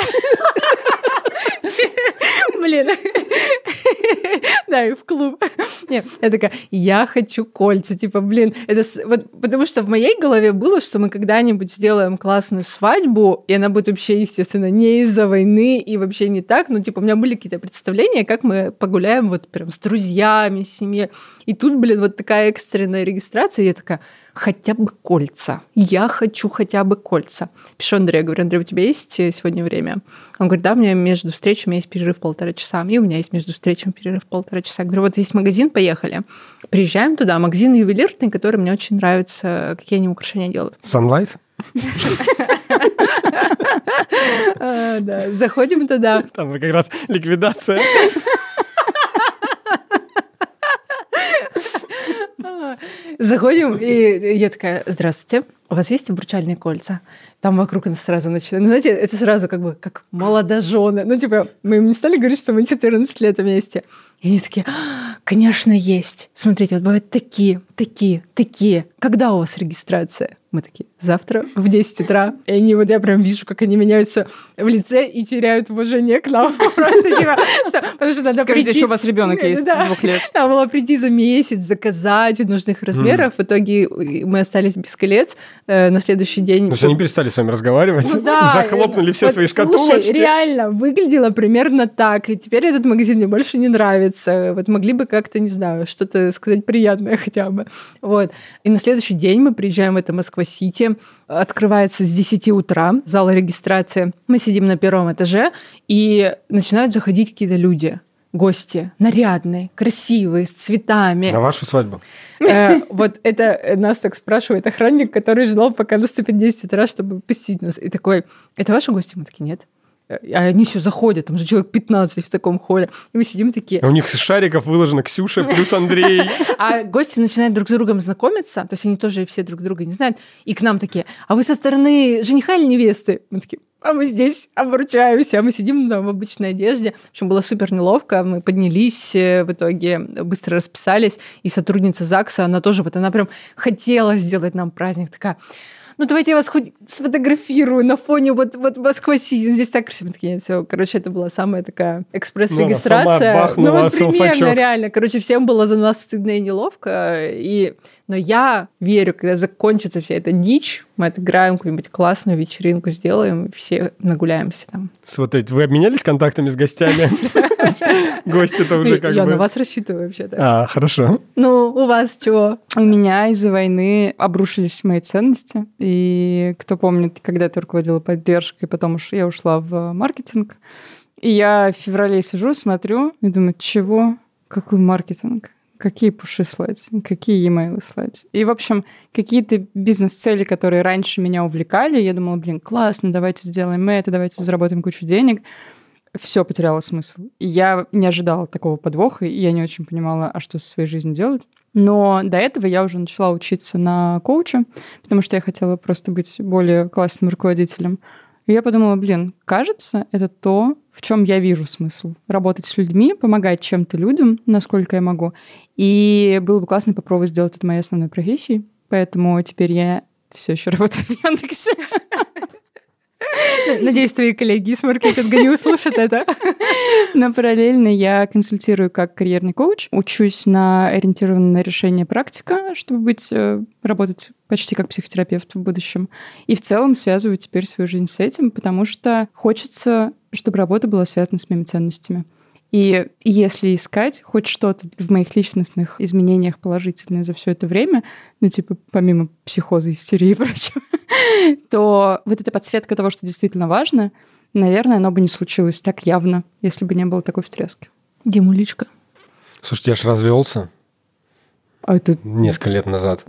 Блин. Да, и в клуб. Нет, я такая, я хочу кольца. Типа, блин, это... Вот, потому что в моей голове было, что мы когда-нибудь сделаем классную свадьбу, и она будет вообще, естественно, не из-за войны, и вообще не так. Ну, типа, у меня были какие-то представления, как мы погуляем вот прям с друзьями, с семьей. И тут, блин, вот такая экстренная регистрация, и я такая... Хотя бы кольца. Я хочу хотя бы кольца. Пишу Андрею, говорю, Андрей, у тебя есть сегодня время? Он говорит, да, у меня между встречами есть перерыв 1,5 часа. И у меня есть между встречами перерыв 1,5 часа. Говорю, вот есть магазин, поехали. Приезжаем туда. Магазин ювелирный, который мне очень нравится, какие они украшения делают. Sunlight? Да, заходим туда. Там как раз ликвидация. Заходим, и я такая, здравствуйте, у вас есть обручальные кольца? Там вокруг нас сразу начинают. Ну, знаете, это сразу как бы как молодожены. Ну, типа, мы им не стали говорить, что мы 14 лет вместе. И они такие, конечно, есть. Смотрите, вот бывают такие. Когда у вас регистрация? Мы такие, завтра в 10 утра. И они, вот я прям вижу, как они меняются в лице и теряют уважение к нам. Просто типа, потому что надо Скажите, прийти... что у вас ребенок есть 2 лет. Надо было прийти за месяц, заказать в нужных размерах. В итоге мы остались без колец. На следующий день... То есть они перестали с вами разговаривать? Ну да. Захлопнули все Вот, свои шкатулочки? Слушай, реально, выглядело примерно так. И теперь этот магазин мне больше не нравится. Вот могли бы как-то, не знаю, что-то сказать приятное хотя бы. Вот. И на следующий день мы приезжаем в это Москва-Сити. Открывается с 10 утра зал регистрации. Мы сидим на 1 этаже, и начинают заходить какие-то люди. Гости нарядные, красивые, с цветами. На вашу свадьбу? Вот это нас так спрашивает охранник, который ждал, пока наступит 10 утра, чтобы посетить нас. И такой, это ваши гости? Мы такие, нет. А они все заходят, там же человек 15 в таком холле. И мы сидим такие... А у них из шариков выложено Ксюша плюс Андрей. А гости начинают друг с другом знакомиться, то есть они тоже все друг друга не знают. И к нам такие, а вы со стороны жениха или невесты? Мы такие, а мы здесь обручаемся, а мы сидим там в обычной одежде. В общем, было супер неловко, мы поднялись, в итоге быстро расписались, и сотрудница ЗАГСа, она тоже, вот она прям хотела сделать нам праздник, такая... Ну, давайте я вас хоть сфотографирую на фоне вот Москва-Сити. Здесь так красиво. Нет, все. Короче, это была самая такая экспресс-регистрация. Ну, вот примерно, салфачок. реально. Короче, всем было за нас стыдно и неловко. Но я верю, когда закончится вся эта дичь, мы отыграем какую-нибудь классную вечеринку, сделаем, и все нагуляемся там. Вы обменялись контактами с гостями? Гости-то уже как бы... Я на вас рассчитываю вообще-то. А, хорошо. Ну, у вас чего? У меня из-за войны обрушились мои ценности. И кто помнит, когда-то руководила поддержкой, потом уж я ушла в маркетинг. И я в феврале сижу, смотрю и думаю, чего? Какой маркетинг? Какие пуши слать? Какие e-mail слать? И, в общем, какие-то бизнес-цели, которые раньше меня увлекали, я думала, блин, классно, давайте сделаем это, давайте заработаем кучу денег. Все потеряло смысл. И я не ожидала такого подвоха, и я не очень понимала, а что со своей жизнью делать. Но до этого я уже начала учиться на коуча, потому что я хотела просто быть более классным руководителем. И я подумала, блин, кажется, это то, в чем я вижу смысл. Работать с людьми, помогать чем-то людям, насколько я могу. И было бы классно попробовать сделать это моей основной профессией. Поэтому теперь я все еще работаю в Яндексе. Надеюсь, твои коллеги из маркетинга не услышат это. Но параллельно я консультирую как карьерный коуч, учусь на ориентированное решение практика, чтобы работать почти как психотерапевт в будущем. И в целом связываю теперь свою жизнь с этим, потому что хочется, чтобы работа была связана с моими ценностями. И если искать хоть что-то в моих личностных изменениях положительное за все это время, ну, типа, помимо психоза, истерии и прочего, то вот эта подсветка того, что действительно важно, наверное, оно бы не случилось так явно, если бы не было такой встряски. Димулечка. Слушайте, я ж развелся А это... несколько лет назад.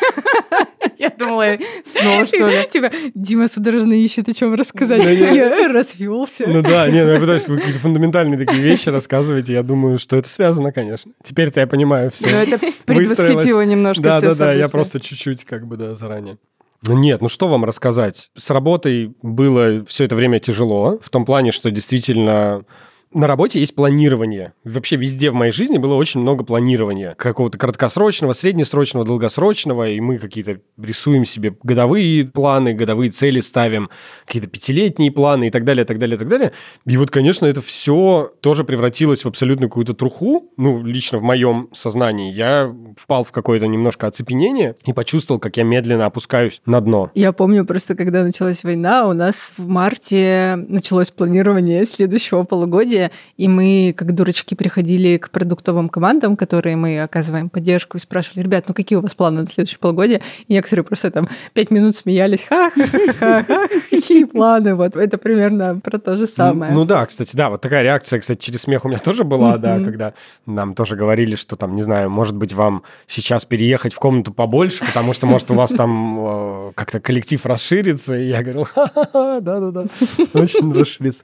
Я думала, снова что ли? Тебя Дима судорожно ищет, о чем рассказать. Да Я развелся. Ну да, я пытаюсь, вы какие-то фундаментальные такие вещи рассказываете, я думаю, что это связано, конечно. Теперь-то я понимаю все. Но это предвосхитило немножко все Да, я события. просто чуть-чуть заранее. Нет, что вам рассказать? С работой было все это время тяжело, в том плане, что действительно... На работе есть планирование. Вообще везде в моей жизни было очень много планирования. Какого-то краткосрочного, среднесрочного, долгосрочного. И мы какие-то рисуем себе годовые планы, годовые цели ставим, какие-то пятилетние планы и так далее, так далее, так далее. И вот, конечно, это все тоже превратилось в абсолютную какую-то труху. Лично в моем сознании. Я впал в какое-то немножко оцепенение и почувствовал, как я медленно опускаюсь на дно. Я помню просто, когда началась война, у нас в марте началось планирование следующего полугодия, и мы, как дурачки, приходили к продуктовым командам, которые мы оказываем поддержку, и спрашивали: ребят, какие у вас планы на следующее полугодие? И некоторые просто 5 минут смеялись: ха-ха-ха-ха, какие планы? Вот это примерно про то же самое. Да, кстати, вот такая реакция, кстати, через смех у меня тоже была, да, когда нам тоже говорили, что не знаю, может быть, вам сейчас переехать в комнату побольше, потому что, может, у вас там как-то коллектив расширится, и я говорил: ха-ха-ха, да-да-да, очень расширится.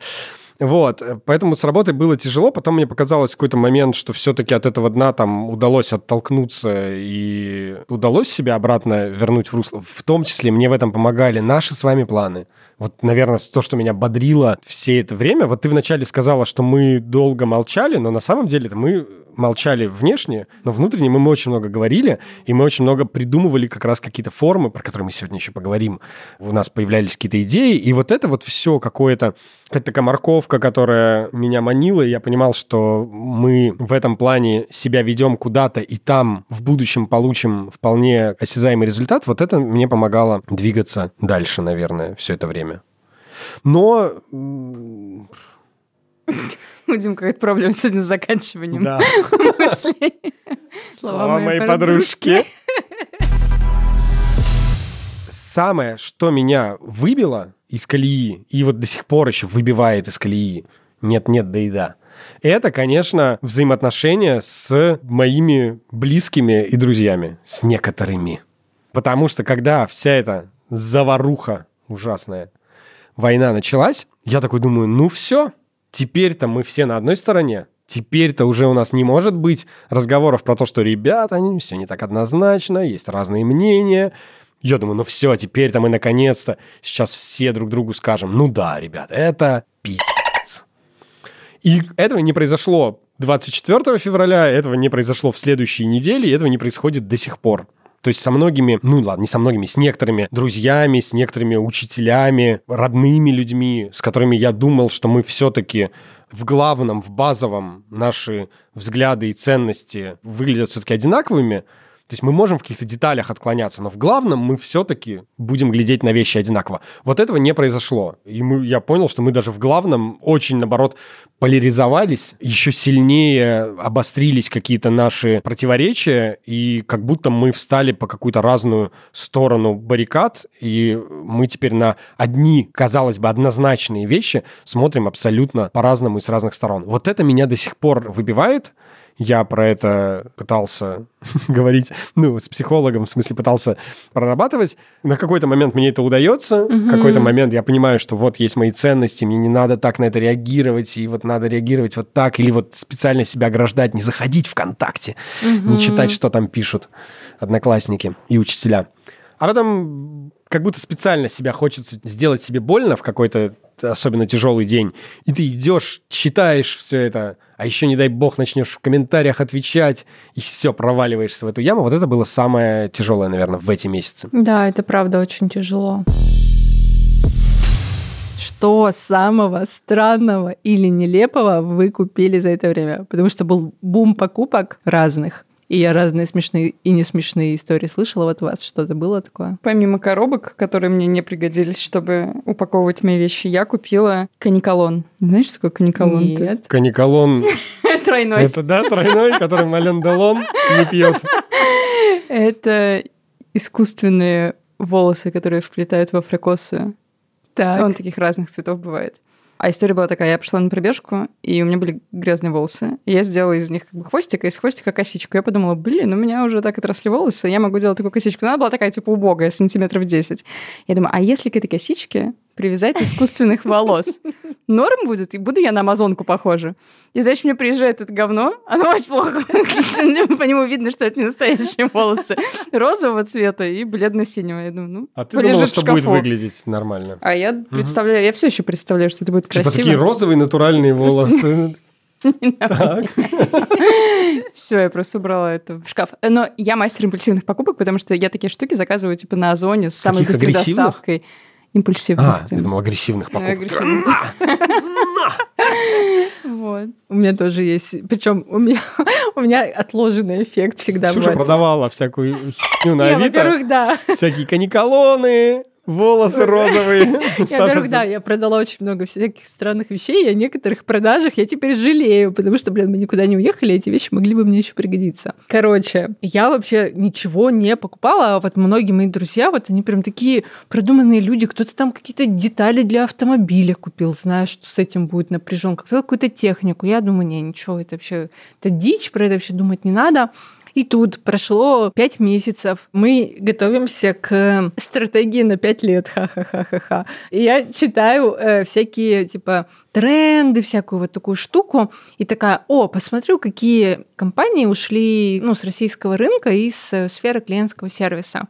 Поэтому с работой было тяжело. Потом мне показалось в какой-то момент, что все-таки от этого дна удалось оттолкнуться и удалось себя обратно вернуть в русло. В том числе мне в этом помогали наши с вами планы. Наверное, то, что меня бодрило все это время. Ты вначале сказала, что мы долго молчали, но на самом деле мы молчали внешне, но внутренне мы очень много говорили, и мы очень много придумывали как раз какие-то формы, про которые мы сегодня еще поговорим. У нас появлялись какие-то идеи, и это все какая-то такая морковка, которая меня манила, и я понимал, что мы в этом плане себя ведем куда-то, и там в будущем получим вполне осязаемый результат. Это мне помогало двигаться дальше, наверное, все это время. Но... У Димы какая-то проблема сегодня с заканчиванием мыслей. Слова моей подружки. Самое, что меня выбило из колеи, и до сих пор еще выбивает из колеи, нет-нет, да и да, это, конечно, взаимоотношения с моими близкими и друзьями, с некоторыми. Потому что когда вся эта заваруха ужасная, война началась, я такой думаю, все, теперь-то мы все на одной стороне. Теперь-то уже у нас не может быть разговоров про то, что, ребята, все не так однозначно, есть разные мнения. Я думаю, все, теперь-то мы наконец-то сейчас все друг другу скажем: да, ребят, это пиздец. И этого не произошло 24 февраля, этого не произошло в следующей неделе, и этого не происходит до сих пор. То есть со многими, не со многими, с некоторыми друзьями, с некоторыми учителями, родными людьми, с которыми я думал, что мы все-таки в главном, в базовом наши взгляды и ценности выглядят все-таки одинаковыми. То есть мы можем в каких-то деталях отклоняться, но в главном мы все-таки будем глядеть на вещи одинаково. Этого не произошло. И я понял, что мы даже в главном очень, наоборот, поляризовались, еще сильнее обострились какие-то наши противоречия, и как будто мы встали по какую-то разную сторону баррикад, и мы теперь на одни, казалось бы, однозначные вещи смотрим абсолютно по-разному и с разных сторон. Это меня до сих пор выбивает. Я про это пытался говорить, с психологом, в смысле, пытался прорабатывать. На какой-то момент мне это удается, в какой-то момент я понимаю, что есть мои ценности, мне не надо так на это реагировать, и надо реагировать так, или специально себя ограждать, не заходить ВКонтакте, не читать, что там пишут одноклассники и учителя. А потом как будто специально себя хочется сделать себе больно в какой-то особенно тяжелый день, и ты идешь, читаешь все это, а еще, не дай бог, начнешь в комментариях отвечать, и все, проваливаешься в эту яму. Это было самое тяжелое, наверное, в эти месяцы. Да, это правда очень тяжело. Что самого странного или нелепого вы купили за это время? Потому что был бум покупок разных. И я разные смешные и не смешные истории слышала от вас. Что-то было такое? Помимо коробок, которые мне не пригодились, чтобы упаковывать мои вещи, я купила каниколон. Знаешь, что такое каниколон? Нет. Каниколон... Тройной. Это, тройной, который Ален Делон не пьет. Это искусственные волосы, которые вплетают во фрикосы. Так. Он таких разных цветов бывает. А история была такая, я пошла на пробежку, и у меня были грязные волосы. И я сделала из них как бы хвостик, а из хвостика косичку. Я подумала, у меня уже так отросли волосы, я могу делать такую косичку. Но она была такая, типа, убогая, сантиметров 10. Я думаю, а если к этой косичке привязать искусственных волос? Норм будет, и буду я на амазонку похожа. И, значит, мне приезжает это говно, оно очень плохо. По нему видно, что это не настоящие волосы. Розового цвета и бледно-синего. Я думаю, а ты думала, что будет выглядеть нормально? А я представляю, я все еще представляю, что это будет красиво. Типа такие розовые натуральные волосы. Все, я просто убрала это в шкаф. Но я мастер импульсивных покупок, потому что я такие штуки заказываю типа на Озоне с самой быстрой доставкой. Импульсивных. Я думал, агрессивных покупок. Вот. У меня тоже есть. Причем у меня отложенный эффект всегда бывает. Ксюша продавала всякую херню на Авито. Во-первых, да. Всякие каниколоны, волосы розовые. Во-первых, да, я продала очень много всяких странных вещей, и о некоторых продажах я теперь жалею, потому что, мы никуда не уехали, эти вещи могли бы мне еще пригодиться. Короче, я вообще ничего не покупала, а вот многие мои друзья, вот они прям такие продуманные люди, кто-то там какие-то детали для автомобиля купил, зная, что с этим будет напряжен, кто-то какую-то технику. Я думаю, ничего, это вообще, это дичь, про это вообще думать не надо. И тут прошло 5 месяцев. Мы готовимся к стратегии на 5 лет. Ха-ха-ха-ха-ха. И я читаю всякие, типа, тренды, всякую вот такую штуку. И такая, посмотрю, какие компании ушли с российского рынка из сферы клиентского сервиса.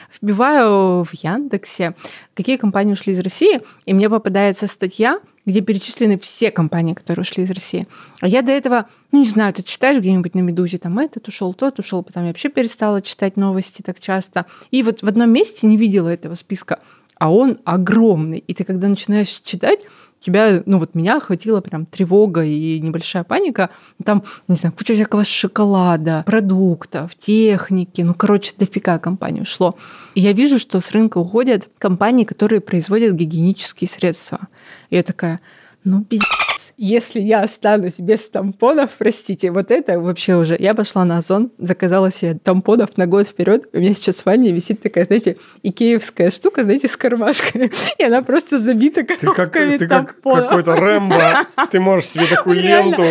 Вбиваю в Яндексе, какие компании ушли из России, и мне попадается статья, где перечислены все компании, которые ушли из России. А я до этого, не знаю, ты читаешь где-нибудь на «Медузе», там этот ушел, тот ушел, потом я вообще перестала читать новости так часто. И вот в одном месте не видела этого списка, а он огромный. И ты когда начинаешь читать, тебя, меня охватила прям тревога и небольшая паника. Там, не знаю, куча всякого шоколада, продуктов, техники. Дофига компаний ушло. И я вижу, что с рынка уходят компании, которые производят гигиенические средства. И я такая, пиздец. Если я останусь без тампонов, простите, вот это вообще уже... Я пошла на Озон, заказала себе тампонов на год вперед. У меня сейчас в ванне висит такая, знаете, икеевская штука, знаете, с кармашками. И она просто забита коробками тампонов. Ты как какой-то Рэмбо. Ты можешь себе такую ленту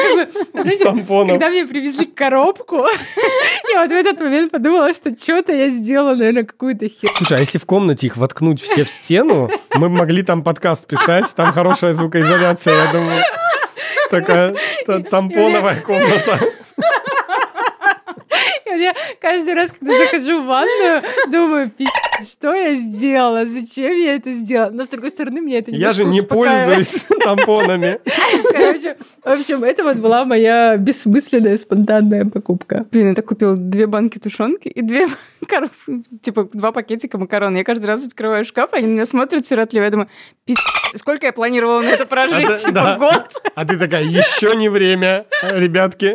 из тампонов. Когда мне привезли коробку, я вот в этот момент подумала, что что-то я сделала, наверное, какую-то херню. Слушай, а если в комнате их воткнуть все в стену, мы бы могли там подкаст писать, там хорошая звукоизоляция, я думаю. Такая тампоновая комната. Я каждый раз, когда захожу в ванную, думаю, что я сделала, зачем я это сделала. Но, с другой стороны, мне это я же не пользуюсь тампонами. Короче, в общем, это вот была моя бессмысленная спонтанная покупка. Я так купила 2 банки тушенки и 2 пакетика макарон. Я каждый раз открываю шкаф, они на меня смотрят сиротливо. Я думаю, сколько я планировала на это прожить? Год? А ты такая, еще не время, ребятки.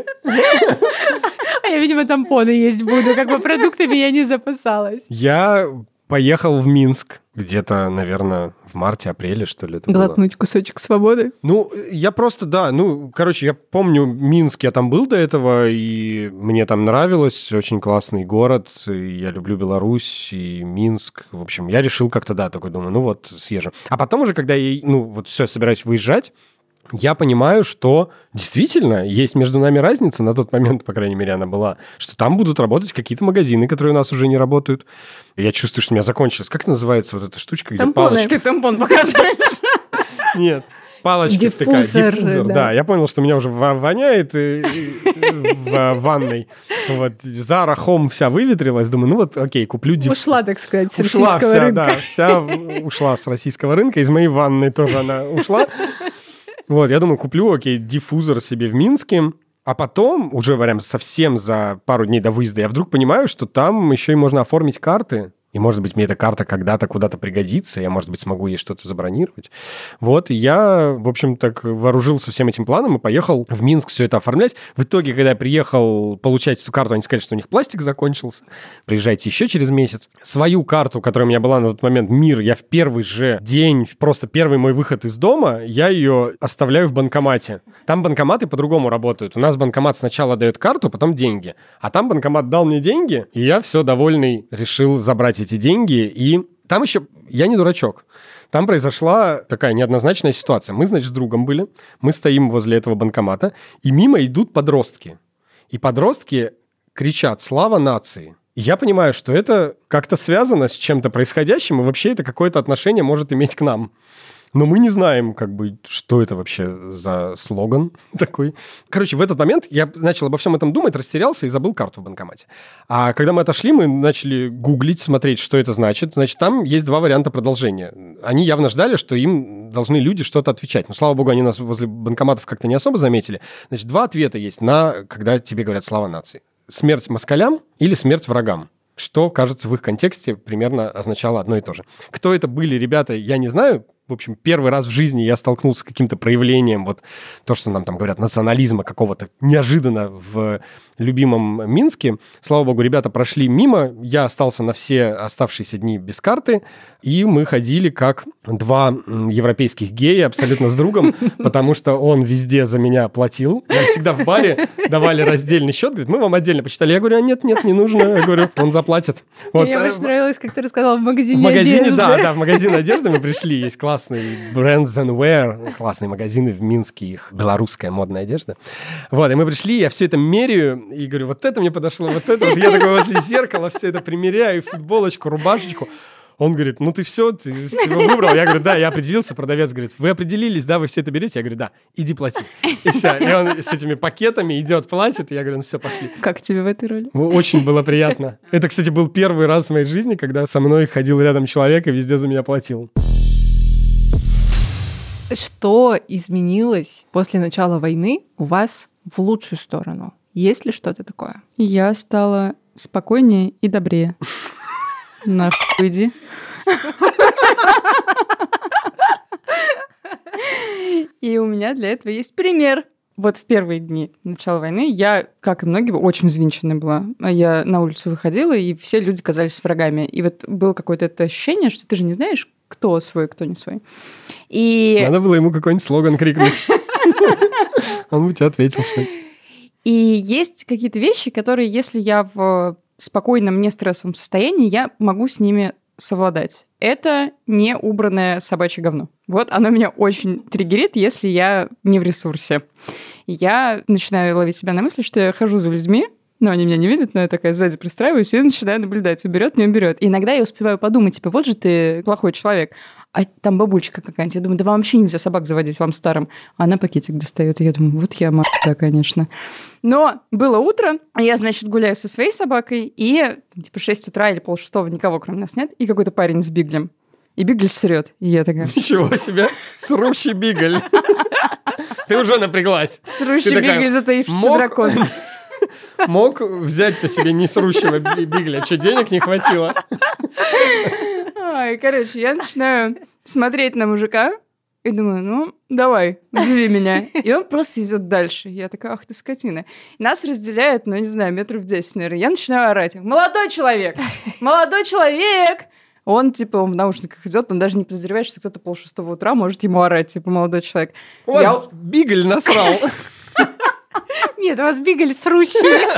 А я, видимо, тампоны есть буду. Продуктами я не запасалась. Я поехал в Минск. Где-то, наверное, в марте-апреле, что ли, это глотнуть было. Кусочек свободы? Я просто, я помню Минск, я там был до этого, и мне там нравилось, очень классный город, и я люблю Беларусь, и Минск. В общем, я решил как-то, такой думаю, съезжу. А потом уже, когда я, все, собираюсь выезжать, я понимаю, что действительно есть между нами разница, на тот момент, по крайней мере, она была, что там будут работать какие-то магазины, которые у нас уже не работают. И я чувствую, что у меня закончилось. Как называется вот эта штучка, где палочка? Ты тампон показываешь? Нет. Палочки диффузор, втыкать. Да, я понял, что меня уже воняет в ванной. Зара Хом вся выветрилась. Думаю, окей, куплю диффузор. Ушла, так сказать, с российского рынка. Вся ушла с российского рынка. Из моей ванной тоже она ушла. Я думаю, куплю, диффузор себе в Минске, а потом, уже прям совсем за пару дней до выезда, я вдруг понимаю, что там еще и можно оформить карты. И, может быть, мне эта карта когда-то куда-то пригодится, я, может быть, смогу ей что-то забронировать. И я, в общем, так вооружился всем этим планом и поехал в Минск все это оформлять. В итоге, когда я приехал получать эту карту, они сказали, что у них пластик закончился. Приезжайте еще через месяц. Свою карту, которая у меня была на тот момент, МИР, я в первый же день, просто первый мой выход из дома, я ее оставляю в банкомате. Там банкоматы по-другому работают. У нас банкомат сначала дает карту, потом деньги. А там банкомат дал мне деньги, и я все довольный решил забрать эти деньги. И там еще, я не дурачок, Там произошла такая неоднозначная ситуация. Мы, значит, с другом были, мы стоим возле этого банкомата, и мимо идут подростки. И подростки кричат «Слава нации!». И я понимаю, что это как-то связано с чем-то происходящим, и вообще это какое-то отношение может иметь к нам. Но мы не знаем, как бы, что это вообще за слоган такой. Короче, в этот момент я начал обо всем этом думать, растерялся и забыл карту в банкомате. А когда мы отошли, мы начали гуглить, смотреть, что это значит. Значит, там есть 2 варианта продолжения. Они явно ждали, что им должны люди что-то отвечать. Но, слава богу, они нас возле банкоматов как-то не особо заметили. Значит, 2 ответа есть когда тебе говорят «Слава нации». Смерть москалям или смерть врагам. Что, кажется, в их контексте примерно означало одно и то же. Кто это были ребята, я не знаю. В общем, первый раз в жизни я столкнулся с каким-то проявлением, вот то, что нам там говорят, национализма какого-то неожиданно в любимом Минске. Слава богу, ребята прошли мимо, я остался на все оставшиеся дни без карты, и мы ходили как 2 европейских гея абсолютно с другом, потому что он везде за меня платил. Нам всегда в баре давали раздельный счет, говорит, мы вам отдельно посчитали. Я говорю, нет, не нужно. Я говорю, он заплатит. Вот. Мне очень нравилось, как ты рассказал, в магазине одежды. Да, в магазин одежды мы пришли, есть классный Brands and Wear, классные магазины в Минске, их белорусская модная одежда. Вот, и мы пришли, я все это меряю, и говорю, вот это мне подошло, вот это. Вот я такой возле зеркала все это примеряю, футболочку, рубашечку. Он говорит, ты все выбрал? Я говорю, да, я определился. Продавец говорит, вы определились, да, вы все это берете? Я говорю, да, иди плати. И все. И он с этими пакетами идет, платит. И я говорю, все, пошли. Как тебе в этой роли? Очень было приятно. Это, кстати, был первый раз в моей жизни, когда со мной ходил рядом человек и везде за меня платил. Что изменилось после начала войны у вас в лучшую сторону? Есть ли что-то такое? Я стала спокойнее и добрее. Нахуй иди. И у меня для этого есть пример. Вот в первые дни начала войны я, как и многие, очень взвинченная была. Я на улицу выходила, и все люди казались врагами. И вот было какое-то это ощущение, что ты же не знаешь, кто свой, кто не свой. И... Надо было ему какой-нибудь слоган крикнуть. Он бы тебе ответил что-нибудь. И есть какие-то вещи, которые, если я в спокойном, не стрессовом состоянии, я могу с ними совладать. Это не убранное собачье говно. Вот оно меня очень триггерит, если я не в ресурсе. Я начинаю ловить себя на мысли, что я хожу за людьми, но они меня не видят, но я такая сзади пристраиваюсь и начинаю наблюдать, уберет, не уберет. И иногда я успеваю подумать, типа, вот же ты плохой человек, а там бабульчика какая-нибудь. Я думаю, да вам вообще нельзя собак заводить, вам старым. А она пакетик достает. И я думаю, вот я да, конечно. Но было утро, я, значит, гуляю со своей собакой, и типа 6 утра или 5:30 никого кроме нас нет, и какой-то парень с биглем. И бигль срет. И я такая... Ничего себе! Срущий бигль. Ты уже напряглась. Срущий бигль, затаившийся дракон. Мог взять-то себе не срущего бигля? Что, денег не хватило? Короче, я начинаю смотреть на мужика и думаю, давай, удиви меня. И он просто идет дальше. Я такая, ах ты скотина. Нас разделяет, не знаю, 10 метров, наверное. Я начинаю орать. Молодой человек! Молодой человек! Он, типа, в наушниках идет, он даже не подозревает, что кто-то 5:30 утра может ему орать, типа, молодой человек. У вас бигль насрал. Нет, у вас бигль срущий.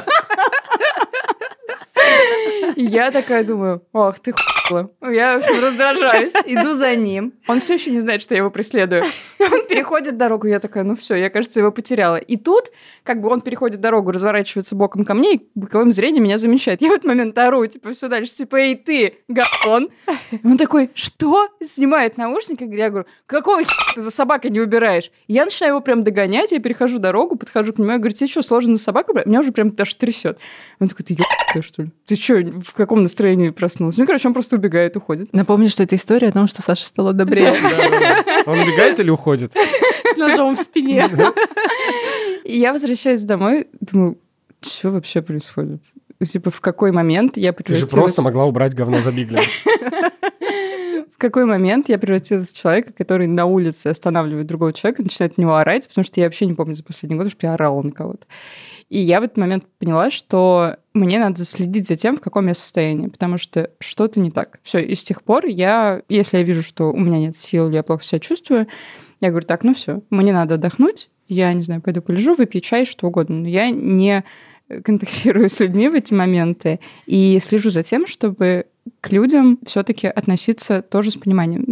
И я такая думаю, ах ты хуйла. Я раздражаюсь, иду за ним. Он все еще не знает, что я его преследую. Он переходит дорогу, я такая, все, я, кажется, его потеряла. И тут, как бы он переходит дорогу, разворачивается боком ко мне, и боковым зрением меня замечает. Я в этот момент ору, типа, все дальше, типа, эй, ты, говон. Он такой, что? Снимает наушники, я говорю, какого хера ты за собакой не убираешь? Я начинаю его прям догонять, я перехожу дорогу, подхожу к нему, я говорю, тебе что, сложно за собаку брать? Меня уже прям даже трясет. Он такой, ты ебаная, что ли? Ты что, в каком настроении проснулся? Он просто убегает, уходит. Напомню, что это история о том, что Саша стала добрее. Он убегает или уходит? С ножом в спине. И я возвращаюсь домой, думаю, что вообще происходит? Типа, в какой момент я превратилась... Ты же просто могла убрать говно за биглем. В какой момент я превратилась в человека, который на улице останавливает другого человека, начинает на него орать, потому что я вообще не помню за последний год, что я орала на кого-то. И я в этот момент поняла, что мне надо следить за тем, в каком я состоянии, потому что что-то не так. Все, и с тех пор если я вижу, что у меня нет сил, или я плохо себя чувствую, я говорю, так, все, мне надо отдохнуть, я, не знаю, пойду полежу, выпью чай, что угодно, но я не контактирую с людьми в эти моменты и слежу за тем, чтобы к людям все-таки относиться тоже с пониманием.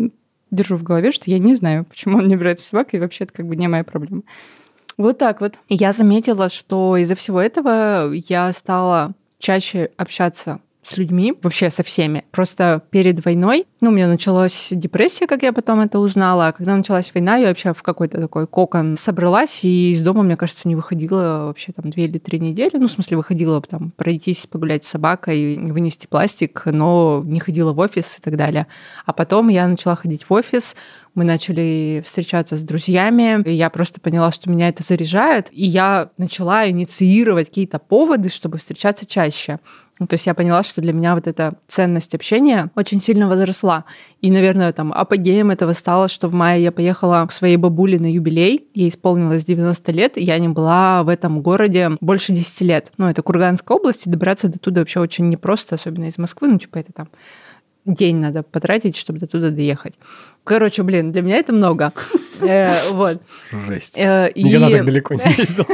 держу в голове, что я не знаю, почему он не брать с собакой, и вообще это как бы не моя проблема. Вот так вот. Я заметила, что из-за всего этого я стала чаще общаться с людьми, вообще со всеми. Просто перед войной, у меня началась депрессия, как я потом это узнала, а когда началась война, я вообще в какой-то такой кокон собралась, и из дома, мне кажется, не выходила вообще там 2 или 3 недели. В смысле, выходила там пройтись, погулять с собакой, вынести пластик, но не ходила в офис и так далее. А потом я начала ходить в офис, мы начали встречаться с друзьями, и я просто поняла, что меня это заряжает, и я начала инициировать какие-то поводы, чтобы встречаться чаще. То есть я поняла, что для меня вот эта ценность общения очень сильно возросла. И, наверное, там апогеем этого стало, что в мае я поехала к своей бабуле на юбилей. Ей исполнилось 90 лет, и я не была в этом городе больше 10 лет. Это Курганская область, и добраться до туда вообще очень непросто, особенно из Москвы. Это там день надо потратить, чтобы до туда доехать. Короче, для меня это много. Вот. Жесть. Никогда так далеко не ездил.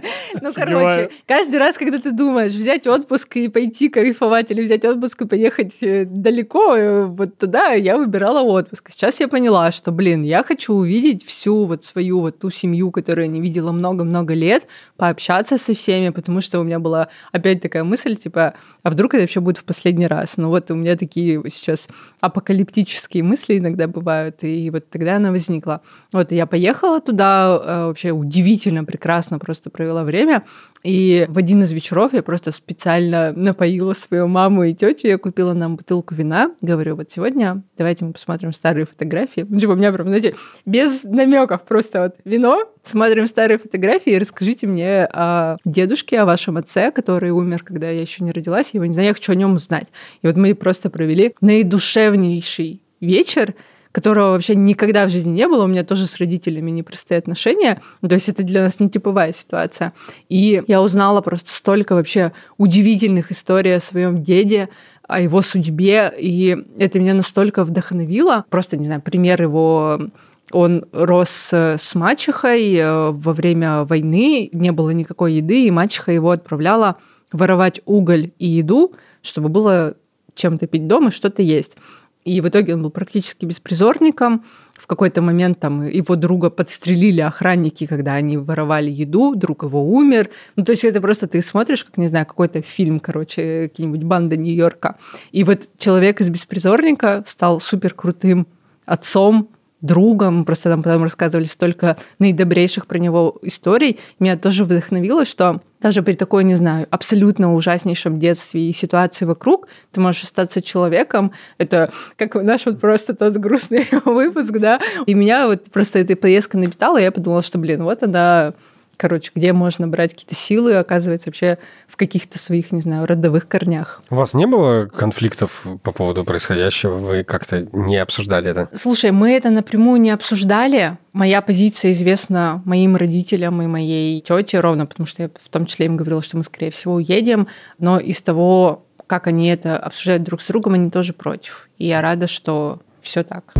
Каждый раз, когда ты думаешь взять отпуск и пойти кайфовать, или взять отпуск и поехать далеко, вот туда, я выбирала отпуск. Сейчас я поняла, что, я хочу увидеть всю вот свою вот ту семью, которую я не видела много-много лет, пообщаться со всеми, потому что у меня была опять такая мысль, а вдруг это вообще будет в последний раз? У меня такие сейчас апокалиптические мысли иногда бывают, и вот тогда она возникла. Я поехала туда, вообще удивительно, прекрасно просто провела время, и в один из вечеров я просто специально напоила свою маму и тетю, я купила нам бутылку вина, говорю, вот сегодня давайте мы посмотрим старые фотографии. У меня прям, без намеков, просто вино, смотрим старые фотографии и расскажите мне о дедушке, о вашем отце, который умер, когда я еще не родилась, я его не знаю, я хочу о нем узнать. И мы просто провели наидушевнейший вечер, которого вообще никогда в жизни не было. У меня тоже с родителями непростые отношения. То есть это для нас не типовая ситуация. И я узнала просто столько вообще удивительных историй о своем деде, о его судьбе. И это меня настолько вдохновило. Просто, не знаю, пример его... Он рос с мачехой во время войны, не было никакой еды, и мачеха его отправляла воровать уголь и еду, чтобы было чем-то пить дома и что-то есть. И в итоге он был практически беспризорником. В какой-то момент его друга подстрелили охранники, когда они воровали еду, друг его умер. То есть это просто ты смотришь, как, не знаю, какой-то фильм, какие-нибудь «Банда Нью-Йорка». И вот человек из беспризорника стал суперкрутым отцом, другом, просто там потом рассказывали столько наидобрейших про него историй. Меня тоже вдохновило, что даже при такой, не знаю, абсолютно ужаснейшем детстве и ситуации вокруг ты можешь остаться человеком. Это как наш просто тот грустный выпуск, да. И меня просто эта поездка напитала, и я подумала, что, вот она... где можно брать какие-то силы, оказывается, вообще в каких-то своих, не знаю, родовых корнях. У вас не было конфликтов по поводу происходящего? Вы как-то не обсуждали это? Слушай, мы это напрямую не обсуждали. Моя позиция известна моим родителям и моей тете, ровно потому что я в том числе им говорила, что мы, скорее всего, уедем. Но из того, как они это обсуждают друг с другом, они тоже против. И я рада, что все так.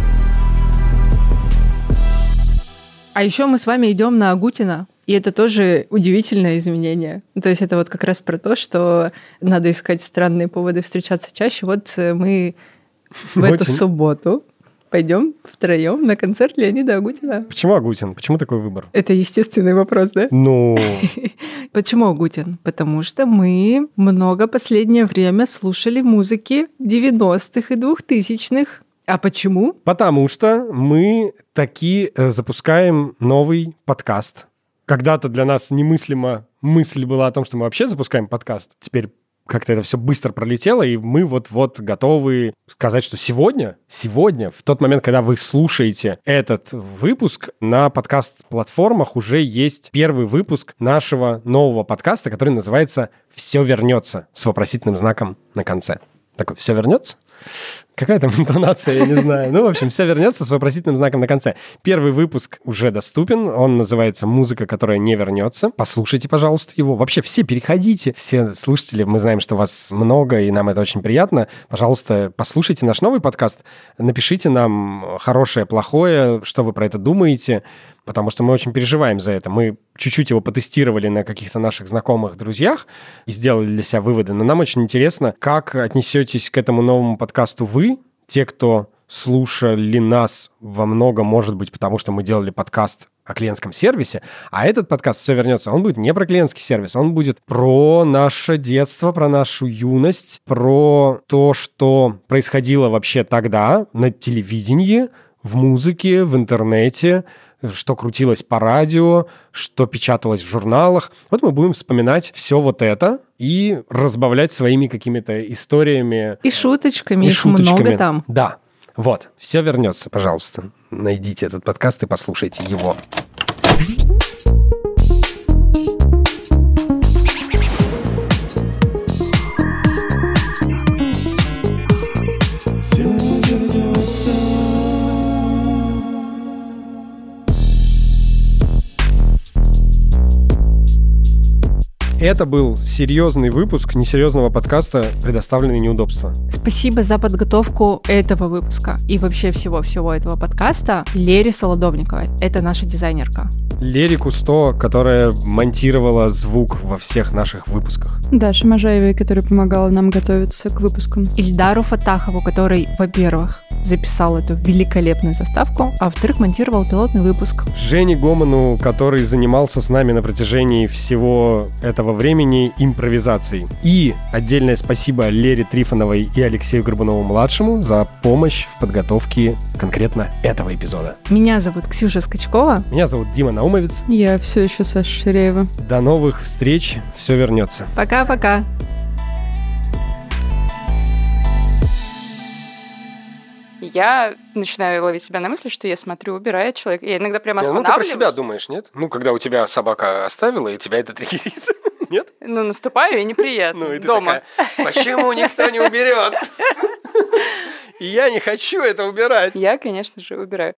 А еще мы с вами идем на Агутина. И это тоже удивительное изменение. То есть это как раз про то, что надо искать странные поводы встречаться чаще. Мы в эту субботу пойдем втроем на концерт Леонида Агутина. Почему Агутин? Почему такой выбор? Это естественный вопрос, да? Почему Агутин? Потому что мы много последнее время слушали музыки 90-х и 2000-х. А почему? Потому что мы таки запускаем новый подкаст. Когда-то для нас немыслимо мысль была о том, что мы вообще запускаем подкаст. Теперь как-то это все быстро пролетело, и мы вот готовы сказать, что сегодня, в тот момент, когда вы слушаете этот выпуск, на подкаст-платформах уже есть первый выпуск нашего нового подкаста, который называется «Все вернется» с вопросительным знаком на конце. Такой «Все вернется»? Какая там интонация, я не знаю. В общем, все вернется с вопросительным знаком на конце. Первый выпуск уже доступен. Он называется «Музыка, которая не вернется». Послушайте, пожалуйста, его. Вообще все переходите, все слушатели. Мы знаем, что вас много, и нам это очень приятно. Пожалуйста, послушайте наш новый подкаст. Напишите нам хорошее, плохое, что вы про это думаете, потому что мы очень переживаем за это. Мы чуть-чуть его потестировали на каких-то наших знакомых, друзьях и сделали для себя выводы. Но нам очень интересно, как отнесетесь к этому новому подкасту вы, те, кто слушали нас во многом, может быть, потому что мы делали подкаст о клиентском сервисе, а этот подкаст «Все вернется», он будет не про клиентский сервис, он будет про наше детство, про нашу юность, про то, что происходило вообще тогда на телевидении, в музыке, в интернете, что крутилось по радио, что печаталось в журналах. Вот мы будем вспоминать все вот это и разбавлять своими какими-то историями. И шуточками, их много там. Да. Вот, «Все вернется», пожалуйста. Найдите этот подкаст и послушайте его. Это был серьезный выпуск несерьезного подкаста «Предоставленные неудобства». Спасибо за подготовку этого выпуска и вообще всего этого подкаста Лере Солодовниковой. Это наша дизайнерка. Лере Кусто, которая монтировала звук во всех наших выпусках. Даша Можаевой, которая помогала нам готовиться к выпускам. Ильдару Фатахову, который, во-первых, записал эту великолепную заставку, а во-вторых, монтировал пилотный выпуск. Жене Гоману, который занимался с нами на протяжении всего этого времени импровизацией. И отдельное спасибо Лере Трифоновой и Алексею Горбунову-младшему за помощь в подготовке конкретно этого эпизода. Меня зовут Ксюша Скачкова. Меня зовут Дима Наумовец. Я все еще Саша Ширеева. До новых встреч. Все вернется. Пока-пока. Я начинаю ловить себя на мысли, что я смотрю, убирает человек. Я иногда прямо останавливаюсь. Ну, ты про себя думаешь, нет? Ну, когда у тебя собака оставила, и тебя это триггерит. Нет? Ну, наступаю, и неприятно. Ну, и ты дома. такая, почему никто не уберет? И я не хочу это убирать. Я, конечно же, убираю.